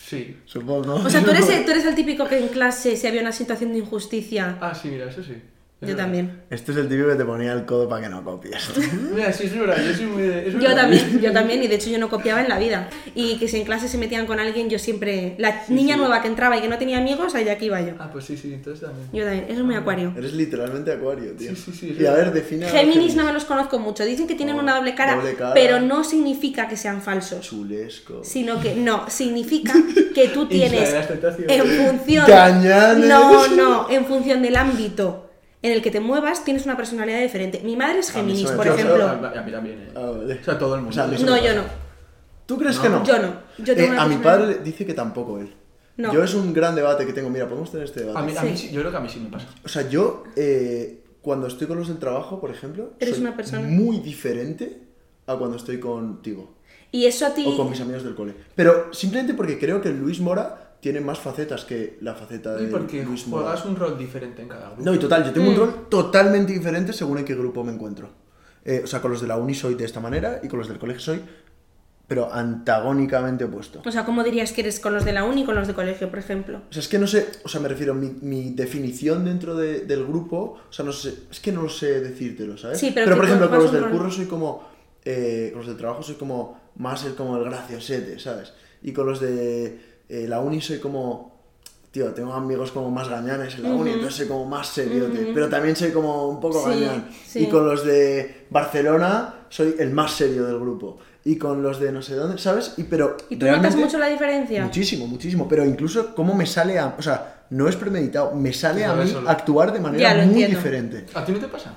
Sí. Supongo. O sea, ¿tú eres, el, tú eres el típico que en clase, si había una situación de injusticia... Ah, sí, mira, eso sí. Es Yo verdad. también. Este es el típico que te ponía el codo para que no copies. Mira, sí, es verdad, yo soy muy de... es Yo verdad. también, yo también, y de hecho yo no copiaba en la vida. Y que si en clase se metían con alguien, yo siempre... La niña sí. nueva que entraba y que no tenía amigos, allá que iba yo. Ah, pues sí, sí, entonces también. Yo también, eso es muy acuario. Eres literalmente acuario, tío. Sí, sí, sí, es Y a verdad. ver, define a Géminis no me los conozco mucho. Dicen que tienen Oh, una doble cara, doble cara. pero no significa que sean falsos. Chulesco. Sino que, no, significa que tú Isla tienes de las tentaciones. en función... Gañanes. No, no, en función del ámbito en el que te muevas, tienes una personalidad diferente. Mi madre es A mí Géminis, eso me por pasa. ejemplo. A, a mí también, eh. Ah, vale. O sea, todo el mundo. O sea, a mí eso No, me yo pasa. no. ¿Tú crees No. que no? Yo no. Yo tengo Eh, una a mi personalidad- padre dice que tampoco él. No. Yo es un gran debate que tengo. Mira, podemos tener este debate. A mí, a Sí. mí sí, yo creo que a mí sí me pasa. O sea, yo eh, cuando estoy con los del trabajo, por ejemplo, Eres soy una persona- muy diferente a cuando estoy contigo Y eso a ti... o con mis amigos del cole. Pero simplemente porque creo que Luis Mora tiene más facetas que la faceta Y de porque Luis Mora. juegas un rol diferente en cada grupo. No, y total, yo tengo Mm. un rol totalmente diferente según en qué grupo me encuentro. Eh, o sea, con los de la uni soy de esta manera y con los del colegio soy, pero antagónicamente opuesto. O sea, ¿cómo dirías que eres con los de la uni y con los de colegio, por ejemplo? O sea, es que no sé, o sea, me refiero, mi, mi definición dentro de- del grupo, o sea, no sé, es que no lo sé decírtelo, ¿sabes? Sí, pero por que ejemplo, con ocupas los un del rol. curro soy como, eh, con los del trabajo soy como, más el como el graciosete, ¿sabes? Y con los de eh, la uni soy como, tío, tengo amigos como más gañanes en la uni, entonces soy como más seriote, pero también soy como un poco Sí, gañán. sí. Y con los de Barcelona soy el más serio del grupo. Y con los de no sé dónde, ¿sabes? Y pero ¿Y tú notas realmente- mucho la diferencia? Muchísimo, muchísimo. Pero incluso cómo me sale a... O sea, no es premeditado. Me sale Te a sale mí solo. actuar de Ya, manera lo muy entiendo. diferente. ¿A ti no te pasa?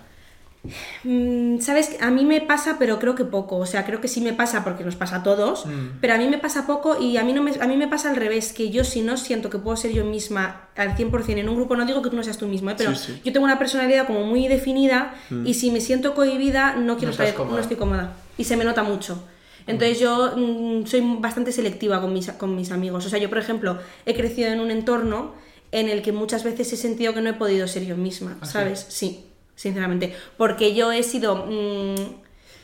Mm, Sabes, a mí me pasa, pero creo que poco. O sea, creo que sí me pasa porque nos pasa a todos, Mm. pero a mí me pasa poco y a mí, no me, a mí me pasa al revés, que yo si no siento que puedo ser yo misma al cien por ciento en un grupo, no digo que tú no seas tú mismo, ¿eh? Pero Sí, sí. yo tengo una personalidad como muy definida y si me siento cohibida no quiero No estás estar, cómoda. no estoy cómoda y se me nota mucho. Entonces yo mm, soy bastante selectiva con mis, con mis amigos. O sea, yo por ejemplo he crecido en un entorno en el que muchas veces he sentido que no he podido ser yo misma, ¿Ah, sí? ¿sabes? Sí, sinceramente. Porque yo he sido... mm,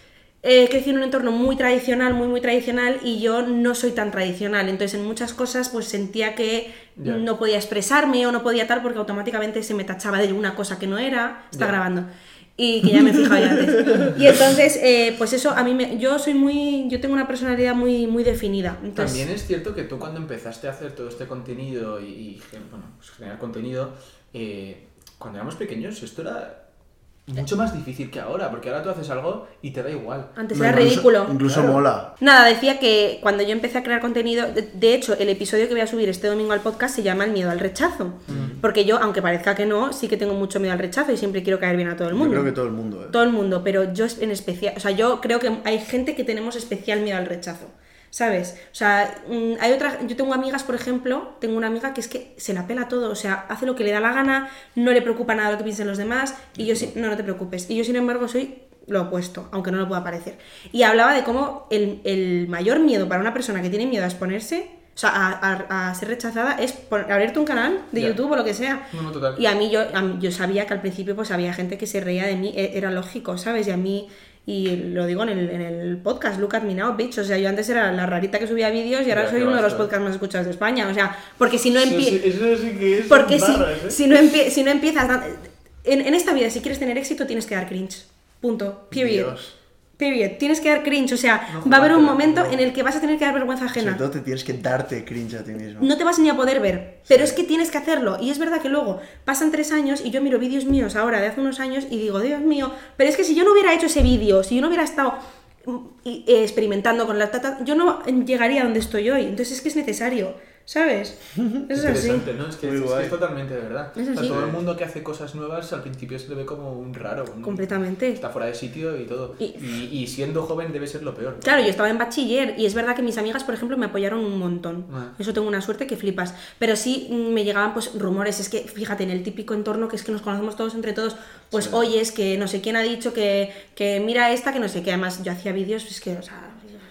he crecido en un entorno muy tradicional, muy, muy tradicional, y yo no soy tan tradicional. Entonces, en muchas cosas, pues sentía que Ya. no podía expresarme o no podía tal, porque automáticamente se me tachaba de una cosa que no era. Está Ya. grabando. Y que ya me he fijado ya antes. Y entonces, eh, pues eso, a mí me, yo soy muy, yo tengo una personalidad muy, muy definida. Entonces, También es cierto que tú cuando empezaste a hacer todo este contenido y, y gen- bueno, pues generar contenido, eh, cuando éramos pequeños esto era mucho más difícil que ahora, porque ahora tú haces algo y te da igual. antes No, era incluso- ridículo. Incluso Claro. mola. Nada, decía que cuando yo empecé a crear contenido, de, de hecho, el episodio que voy a subir este domingo al podcast se llama El miedo al rechazo. Mm. Porque yo, aunque parezca que no, sí que tengo mucho miedo al rechazo y siempre quiero caer bien a todo el Yo mundo. creo que todo el mundo, ¿eh? Todo el mundo, pero yo en especial, o sea, yo creo que hay gente que tenemos especial miedo al rechazo, ¿sabes? O sea, mm, hay otra, yo tengo amigas, por ejemplo, tengo una amiga que es que se la pela todo, o sea, hace lo que le da la gana, no le preocupa nada lo que piensen los demás, y yo sí, no, no te preocupes, y yo sin embargo soy lo opuesto, aunque no lo pueda parecer. Y hablaba de cómo el, el mayor miedo para una persona que tiene miedo a exponerse, o sea, a, a- a ser rechazada, es pon- abrirte un canal de Ya. YouTube o lo que sea. No, no, total. Y a mí yo, a mí- yo sabía que al principio pues había gente que se reía de mí, e- era lógico, ¿sabes? Y a mí, y lo digo en el, en el podcast, Look at Me Now, bitch, o sea, yo antes era la rarita que subía vídeos y ahora Ya, soy qué uno de los basta. podcasts más escuchados de España, o sea, porque si no Eso empie- sí- eso sí que es porque si, barras, ¿eh? si, no empie- si no empiezas, dan- en, en esta vida si quieres tener éxito tienes que dar cringe, punto, period. Dios. Period. Tienes que dar cringe, o sea, No va a haber un jugártela, momento no. en el que vas a tener que dar vergüenza Sobre ajena. todo te tienes que darte cringe a ti mismo. No te vas ni a poder ver, pero es que tienes que hacerlo. Y es verdad que luego pasan tres años y yo miro vídeos míos ahora de hace unos años y digo, Dios mío, pero es que si yo no hubiera hecho ese vídeo, si yo no hubiera estado mm, y- eh, experimentando con la tata, yo no llegaría a donde estoy hoy. Entonces es que es necesario, ¿sabes? Eso es así. Interesante, ¿no? Es que, Muy es, que guay. es totalmente de verdad. Es O sea, así. todo el mundo que hace cosas nuevas al principio se le ve como un raro. un- Completamente. Está fuera de sitio y todo. Y- Y, y siendo joven debe ser lo peor. Claro, yo estaba en bachiller y es verdad que mis amigas, por ejemplo, me apoyaron un montón. Ah. Eso tengo una suerte que flipas. Pero sí mm, me llegaban pues rumores, es que fíjate, en el típico entorno que es que nos conocemos todos entre todos, pues Sí. oye, es que no sé quién ha dicho que, que mira esta, que no sé qué. Además, yo hacía vídeos, es que, o sea,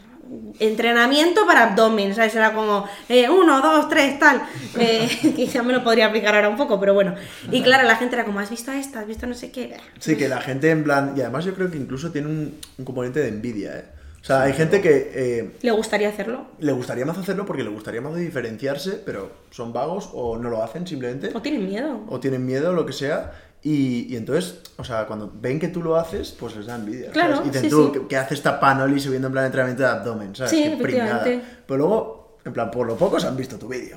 entrenamiento para abdomen, ¿sabes? Era como eh, uno, dos, tres, tal. Eh, quizá me lo podría aplicar ahora un poco, pero bueno. Y claro, la gente era como, ¿has visto a esta? ¿Has visto no sé qué? Sí, que la gente en plan... Y además yo creo que incluso tiene un, un componente de envidia, ¿eh? O sea, hay gente que eh, ¿Le gustaría hacerlo? le gustaría más hacerlo porque le gustaría más diferenciarse, pero son vagos o no lo hacen simplemente. ¿O tienen miedo? O tienen miedo, lo que sea. Y, y entonces, o sea, cuando ven que tú lo haces, pues les da envidia. Claro, ¿sabes? Y dicen sí, tú, sí. ¿qué, qué hace esta Panoli subiendo en plan entrenamiento de abdomen? ¿Sabes? Sí, Qué pringada. efectivamente. Pero luego, en plan, por lo poco se han visto tu vídeo.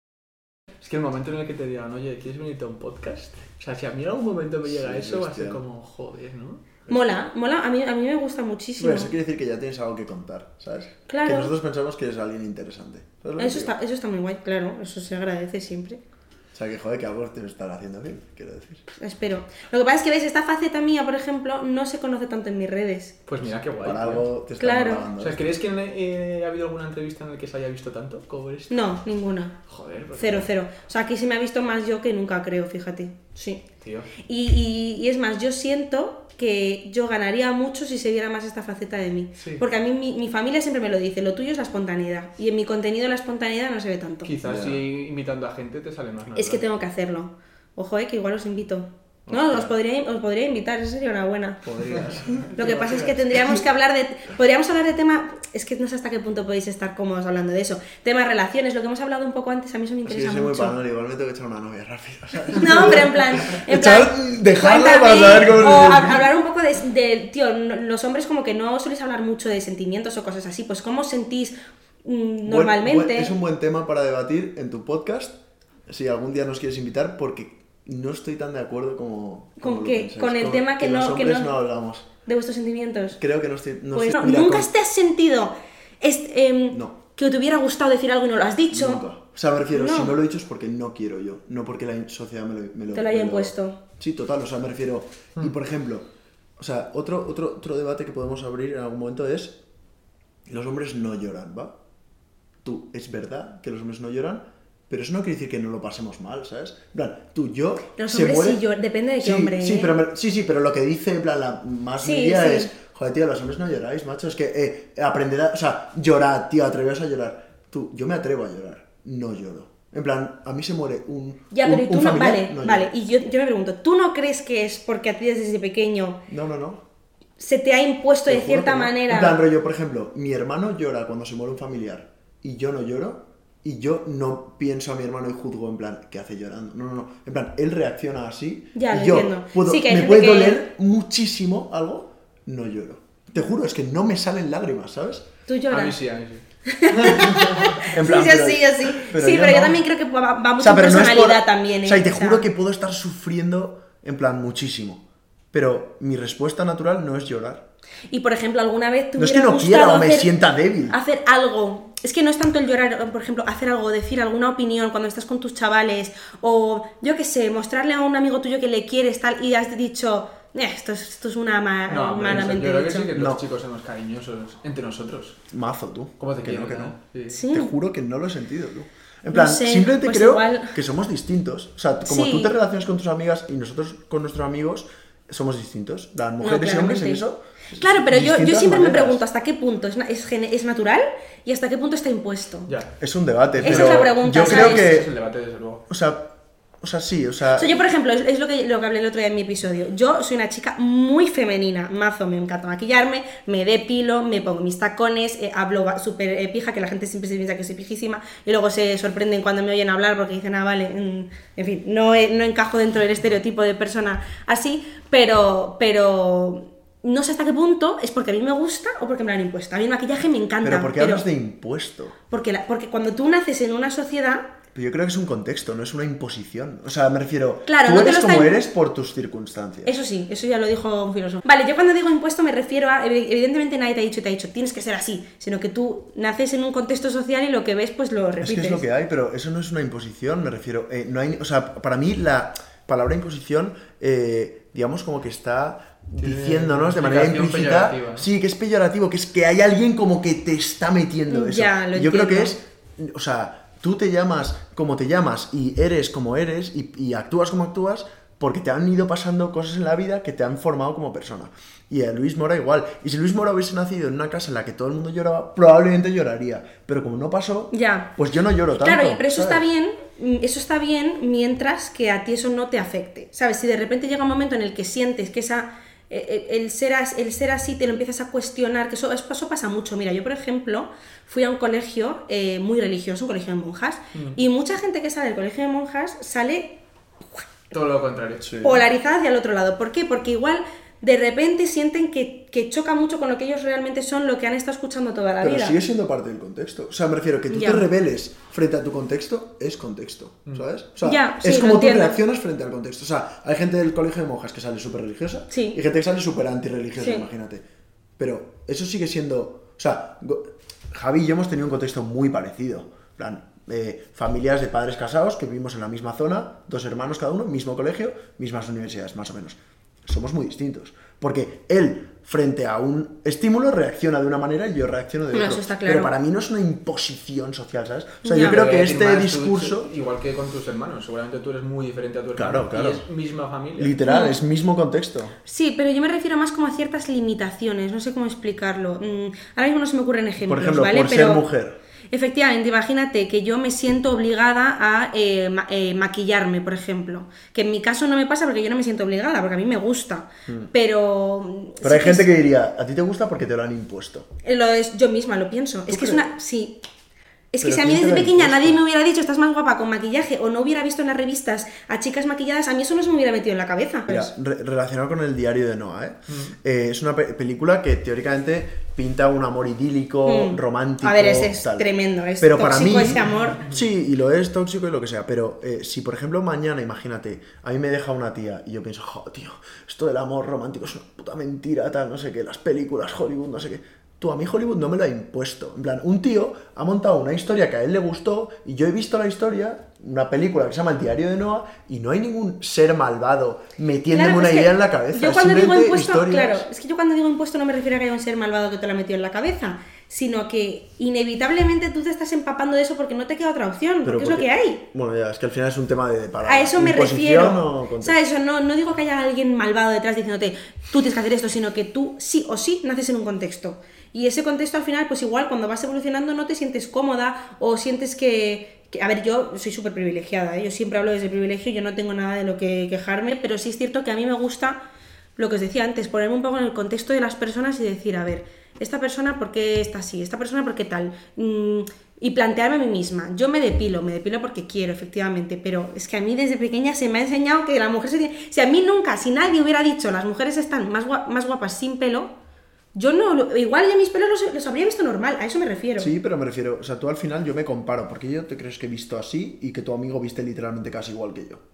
Es que el momento en el que te digan, oye, ¿quieres venirte a un podcast? O sea, si a mí en algún momento me llega Sí, eso, va a ser hostia. como, joder, ¿no? Mola, mola, a mí, a mí me gusta muchísimo. Bueno, eso quiere decir que ya tienes algo que contar, ¿sabes? Claro. Que nosotros pensamos que eres alguien interesante. ¿Sabes lo que Eso digo? está, eso está muy guay, claro, eso se agradece siempre. O sea, que joder, que algo te están haciendo bien, quiero decir. Espero. Lo que pasa es que, ¿ves? Esta faceta mía, por ejemplo, no se conoce tanto en mis redes. Pues mira qué guay. Para tío. algo te están Claro. grabando. O sea, ¿crees que eh, ha habido alguna entrevista en la que se haya visto tanto como esto? No, ninguna. Joder, pues, Cero, cero. O sea, aquí sí me ha visto más yo que nunca, creo, fíjate. Sí. Tío. Y, y, y es más, yo siento que yo ganaría mucho si se viera más esta faceta de mí. Sí. Porque a mí mi, mi familia siempre me lo dice, lo tuyo es la espontaneidad. Y en mi contenido la espontaneidad no se ve tanto. Quizás Ya. si imitando a gente te sale más natural. Es que tengo que hacerlo. Ojo, eh, que igual os invito. No, Hostia. os podría, os podría invitar, eso sería una buena. Podrías. Lo que pasa es que tendríamos que hablar de... Podríamos hablar de tema... Es que no sé hasta qué punto podéis estar cómodos hablando de eso. Tema relaciones, lo que hemos hablado un poco antes, a mí eso me Así que interesa soy muy mucho. panoli, igual me tengo que echar una novia rápido, ¿sabes? No, pero en plan... En Echar- plan dejarla cuéntame, para saber cómo se o siente. hab- hablar un poco de, de... Tío, no- los hombres como que no soléis hablar mucho de sentimientos o cosas así. Pues ¿cómo os sentís mm, Buen- normalmente? buen- es un buen tema para debatir en tu podcast, si algún día nos quieres invitar, porque no estoy tan de acuerdo como... como ¿Con lo qué? pensáis. Con el tema que los no- que hombres no- no hablamos. ¿De vuestros sentimientos? Creo que no estoy... No Pues estoy- no, mira, ¿nunca con- te has sentido est- em, No. que te hubiera gustado decir algo y no lo has dicho? Nunca. O sea, me refiero, No. si no lo he dicho es porque no quiero yo, no porque la sociedad me lo... Me lo Te lo haya me impuesto. Sí, total, o sea, me refiero... Hmm. Y por ejemplo, o sea, otro, otro, otro debate que podemos abrir en algún momento es... Los hombres no lloran, ¿va? Tú, es verdad que los hombres no lloran, pero eso no quiere decir que no lo pasemos mal, ¿sabes? En plan, tú, yo... Los se hombres muere- sí lloran, depende de qué Sí, hombre, Sí, ¿eh? pero me- sí, sí, pero lo que dice, en plan, la más Sí, media sí. es... Joder, tío, los hombres no lloráis, macho. Es que, eh, aprended a... O sea, llorad, tío, atreveos a llorar. Tú, yo me atrevo a llorar, no lloro. En plan, a mí se muere un... Ya, un- pero ¿y un tú no? familiar, Vale, no lloro. vale. Y yo, yo me pregunto, ¿tú no crees que es porque a ti desde pequeño No, no, no. se te ha impuesto Te de juro cierta que no. manera? En plan, rollo, por ejemplo, mi hermano llora cuando se muere un familiar y yo no lloro y yo no pienso a mi hermano y juzgo en plan, ¿qué hace llorando? No, no, no. En plan, él reacciona así Ya, y lo yo entiendo. puedo, Sí, que hay me gente puede que- doler muchísimo algo, no lloro. Te juro, es que no me salen lágrimas, ¿sabes? Tú lloras. A mí sí, a mí sí. En Sí, yo pero- sí, yo sí. pero sí, yo pero yo no. también creo que va, va mucho O sea, en pero no es por- personalidad también, ¿eh? O sea, y te O sea, juro que puedo estar sufriendo, en plan, muchísimo. Pero mi respuesta natural no es llorar. Y por ejemplo, alguna vez te No es que hubiera no quiera gustado o me hacer- sienta débil. hacer algo. Es que no es tanto el llorar, por ejemplo, hacer algo, decir alguna opinión cuando estás con tus chavales, o yo qué sé, mostrarle a un amigo tuyo que le quieres tal y has dicho, eh, esto, es, esto es una ma- No, hombre, malamente yo creo que dicho. sí que No. los chicos somos cariñosos entre nosotros. Mazo, tú. ¿Cómo te que quiero? no, que no. Sí. Sí. Te juro que no lo he sentido, tú. En No plan, sé, simplemente pues creo igual- que somos distintos. O sea, como Sí. tú te relacionas con tus amigas y nosotros con nuestros amigos somos distintos. Las No, mujeres y hombres en claramente. eso. Claro, pero yo, yo distintas siempre me maneras. pregunto hasta qué punto es, na- es, gene- es natural y hasta qué punto está impuesto. Ya. Es un debate, Esa pero es la pregunta, yo ¿sabes? creo Ese es el que... debate, desde luego. O sea, o sea, sí, o sea... O sea, yo, por ejemplo, es, es lo, que, lo que hablé el otro día en mi episodio. Yo soy una chica muy femenina, mazo, me encanta maquillarme, me depilo, me pongo mis tacones, eh, hablo ba- súper eh, pija, que la gente siempre se piensa que soy pijísima y luego se sorprenden cuando me oyen hablar porque dicen, ah, vale, mm, en fin, no, eh, no encajo dentro del estereotipo de persona así, pero, pero no sé hasta qué punto es porque a mí me gusta o porque me lo han impuesto. A mí el maquillaje me encanta, Pero ¿por qué hablas de impuesto? porque, la- porque cuando tú naces en una sociedad... Pero yo creo que es un contexto, no es una imposición. O sea, me refiero, Claro, tú no te eres lo como está- eres por tus circunstancias. Eso sí, eso ya lo dijo un filósofo. Vale, yo cuando digo impuesto me refiero a, evi- evidentemente nadie te ha dicho y te ha dicho, tienes que ser así, sino que tú naces en un contexto social y lo que ves pues lo Es repites. que es lo que hay, pero eso no es una imposición, me refiero. eh, no hay, o sea, para mí la palabra imposición, eh, digamos, como que está Tiene diciéndonos de manera implicación implícita. peyorativa. Sí, que es peyorativo, que es que hay alguien como que te está metiendo eso. Ya, lo Yo creo que entiendo. es, o sea, tú te llamas como te llamas y eres como eres y, y actúas como actúas porque te han ido pasando cosas en la vida que te han formado como persona. Y a Luis Mora igual. Y si Luis Mora hubiese nacido en una casa en la que todo el mundo lloraba, probablemente lloraría. Pero como no pasó, Ya. pues yo no lloro tanto. Claro, pero eso ¿sabes? está bien, mm, eso está bien mientras que a ti eso no te afecte. ¿Sabes? Si de repente llega un momento en el que sientes que esa el ser, as, el ser así te lo empiezas a cuestionar, que eso, eso pasa mucho. Mira, yo por ejemplo fui a un colegio eh, muy religioso, un colegio de monjas, mm. y mucha gente que sale del colegio de monjas sale todo lo contrario, sí. polarizada hacia el otro lado. ¿Por qué? Porque igual de repente sienten que, que choca mucho con lo que ellos realmente son, lo que han estado escuchando toda la Pero vida. Pero sigue siendo parte del contexto. O sea, me refiero que tú ya. te rebeles frente a tu contexto, es contexto, ¿sabes? O sea, ya, es sí, como tú entiendo. reaccionas frente al contexto. O sea, hay gente del colegio de monjas que sale súper religiosa sí. y gente que sale súper antirreligiosa, sí. imagínate. Pero eso sigue siendo... O sea, Javi y yo hemos tenido un contexto muy parecido. En plan, eh, familias de padres casados que vivimos en la misma zona, dos hermanos cada uno, mismo colegio, mismas universidades, más o menos. Somos muy distintos. Porque él, frente a un estímulo, reacciona de una manera y yo reacciono de no, otra. Eso está claro. Pero para mí no es una imposición social, ¿sabes? O sea, ya. yo creo que Pero este más, discurso... Tú, igual que con tus hermanos, seguramente tú eres muy diferente a tu hermano. Claro, claro. Y es misma familia. Literal, no. es mismo contexto. Sí, pero yo me refiero más como a ciertas limitaciones, no sé cómo explicarlo. Ahora mismo no se me ocurren ejemplos, Por ejemplo, ¿vale? por pero... ser mujer. Efectivamente, imagínate que yo me siento obligada a eh, ma eh, maquillarme, por ejemplo. Que en mi caso no me pasa porque yo no me siento obligada, porque a mí me gusta. Mm. Pero... Pero sí hay que gente es... que diría, a ti te gusta porque te lo han impuesto. Lo es, yo misma lo pienso. Es que crees? es una... Sí. Es que Pero si a mí desde pequeña nadie me hubiera dicho estás más guapa con maquillaje o no hubiera visto en las revistas a chicas maquilladas, a mí eso no se me hubiera metido en la cabeza. Mira, re relacionado con el diario de Noah, ¿eh? Mm. Eh, es una pe película que teóricamente pinta un amor idílico, mm. romántico. A ver, ese es tal. tremendo, es pero tóxico para mí, ese amor. Sí, y lo es tóxico y lo que sea, pero eh, si por ejemplo mañana, imagínate, a mí me deja una tía y yo pienso, jo, tío, esto del amor romántico es una puta mentira, tal, no sé qué, las películas, Hollywood, no sé qué. Tú, a mí Hollywood no me lo ha impuesto. En plan, un tío ha montado una historia que a él le gustó y yo he visto la historia, una película que se llama El diario de Noah, y no hay ningún ser malvado metiéndome claro, una es idea en la cabeza. Yo cuando digo impuesto, historias... claro, es que yo cuando digo impuesto no me refiero a que haya un ser malvado que te lo ha metido en la cabeza, sino que inevitablemente tú te estás empapando de eso porque no te queda otra opción, porque, porque es lo que hay. Bueno, ya, es que al final es un tema de... Para a eso me refiero. O ¿Sabes? Eso no, no digo que haya alguien malvado detrás diciéndote tú tienes que hacer esto, sino que tú sí o sí naces en un contexto. Y ese contexto al final, pues igual cuando vas evolucionando no te sientes cómoda o sientes que... que a ver, yo soy súper privilegiada, ¿eh? Yo siempre hablo desde el privilegio, yo no tengo nada de lo que quejarme, pero sí es cierto que a mí me gusta, lo que os decía antes, ponerme un poco en el contexto de las personas y decir, a ver, esta persona ¿por qué está así? Esta persona ¿por qué tal? Mm, y plantearme a mí misma. Yo me depilo, me depilo porque quiero, efectivamente, pero es que a mí desde pequeña se me ha enseñado que la mujer se tiene... Si a mí nunca, si nadie hubiera dicho las mujeres están más, guap más guapas sin pelo... Yo no, igual yo mis pelos los, los habría visto normal, a eso me refiero. Sí, pero me refiero, o sea, tú al final yo me comparo, porque yo te crees que he visto así y que tu amigo viste literalmente casi igual que yo.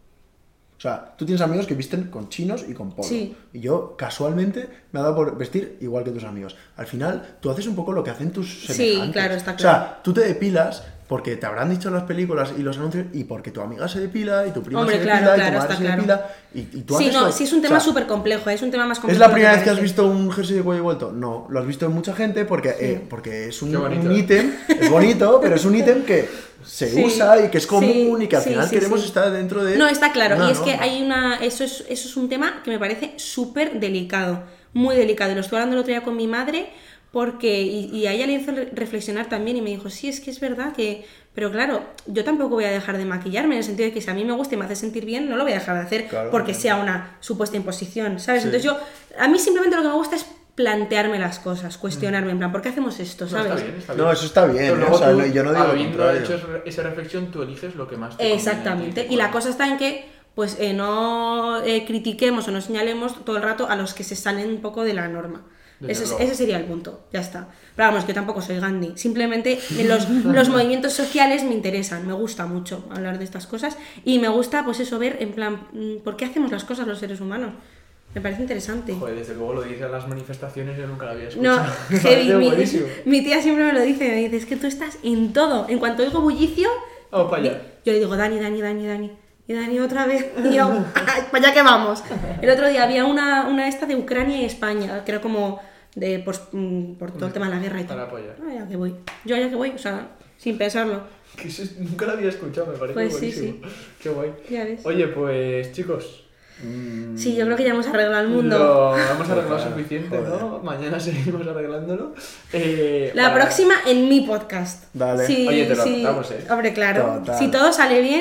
O sea, tú tienes amigos que visten con chinos y con polo. Sí. Y yo, casualmente, me ha dado por vestir igual que tus amigos. Al final, tú haces un poco lo que hacen tus semejantes. Sí, claro, está claro. O sea, tú te depilas porque te habrán dicho las películas y los anuncios y porque tu amiga se depila y tu prima Hombre, se claro, depila claro, y tu madre se claro. depila y, y tú sí, haces no, lo... sí es un tema o sea, súper complejo, es un tema más complejo. ¿es la primera que vez que has parece. visto un jersey de cuello vuelto? No, lo has visto en mucha gente porque, Sí. eh, porque es un, bonito, un ¿eh? ítem, es bonito, pero es un ítem que se Sí, usa y que es común sí, y que al sí, final sí, queremos sí. estar dentro de... No, está claro, una y es que norma. hay una... Eso es, eso es un tema que me parece súper delicado, muy delicado. Y lo estuve hablando el otro día con mi madre porque... Y, y a ella le hizo reflexionar también y me dijo, sí, es que es verdad que... Pero claro, yo tampoco voy a dejar de maquillarme en el sentido de que si a mí me gusta y me hace sentir bien, no lo voy a dejar de hacer Claro, porque claro. sea una supuesta imposición, ¿sabes? Sí. Entonces yo... A mí simplemente lo que me gusta es plantearme las cosas, cuestionarme, en plan, ¿por qué hacemos esto? No, ¿Sabes? está bien, está bien. No, eso está bien, Pero ¿eh? luego O sea, tú, no- yo no digo lo habiendo contrario. hecho esa reflexión, tú eliges lo que más te conviene a ti, Exactamente. te Y la cuadra. cosa está en que pues eh, no eh, critiquemos o no señalemos todo el rato a los que se salen un poco de la norma. Desde Ese, es- luego. ese sería el punto, ya está. Pero vamos, que yo tampoco soy Gandhi. Simplemente los, los movimientos sociales me interesan, me gusta mucho hablar de estas cosas y me gusta pues eso, ver en plan, mm, ¿por qué hacemos las cosas los seres humanos? Me parece interesante. Joder, desde luego lo dices a las manifestaciones, yo nunca lo había No, escuchado. Me heavy, parece mi, buenísimo. mi tía siempre me lo dice, me dice, es que tú estás en todo. En cuanto oigo bullicio, Vamos para allá. yo le digo, Dani, Dani, Dani, Dani. Y Dani otra vez. Y yo, "Ay, para allá que vamos". El otro día había una, una esta de Ucrania y España, que era como de, pues, mm, por todo el tema de la guerra y tal. Para apoyar. Ah, ya que voy. Yo allá que voy, o sea, sin pensarlo. Que eso es- nunca lo había escuchado, me parece Pues sí, buenísimo. Qué guay. Ya ves. Oye, pues chicos. mm, Sí, yo creo que ya hemos arreglado el mundo. Lo hemos arreglado Joder, suficiente, ¿no? joder. Mañana seguimos arreglándolo. Eh, La para- próxima en mi podcast. Dale. Sí, Oye, te lo sí. apuntamos, ¿eh? Hombre, claro. Total. Si todo sale bien,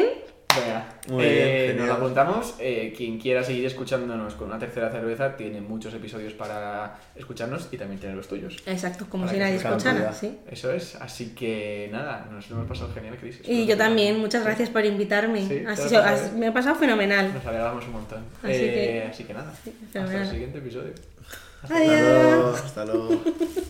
Venga, Muy eh, bien, nos genial. lo apuntamos. Eh, quien quiera seguir escuchándonos con una tercera cerveza tiene muchos episodios para escucharnos y también tiene los tuyos. Exacto, como Para si que nadie se escuchara, cambie. sí. Eso es, así que nada, nos lo hemos pasado genial, Cris. Espero Y que yo te- también, muchas gracias por invitarme. Sí, Así- te lo pasas as- bien. me ha pasado fenomenal. Nos alegramos un montón. Así Eh, que- así que nada, hasta el fenomenal. siguiente episodio. Hasta Adiós. luego. Hasta luego.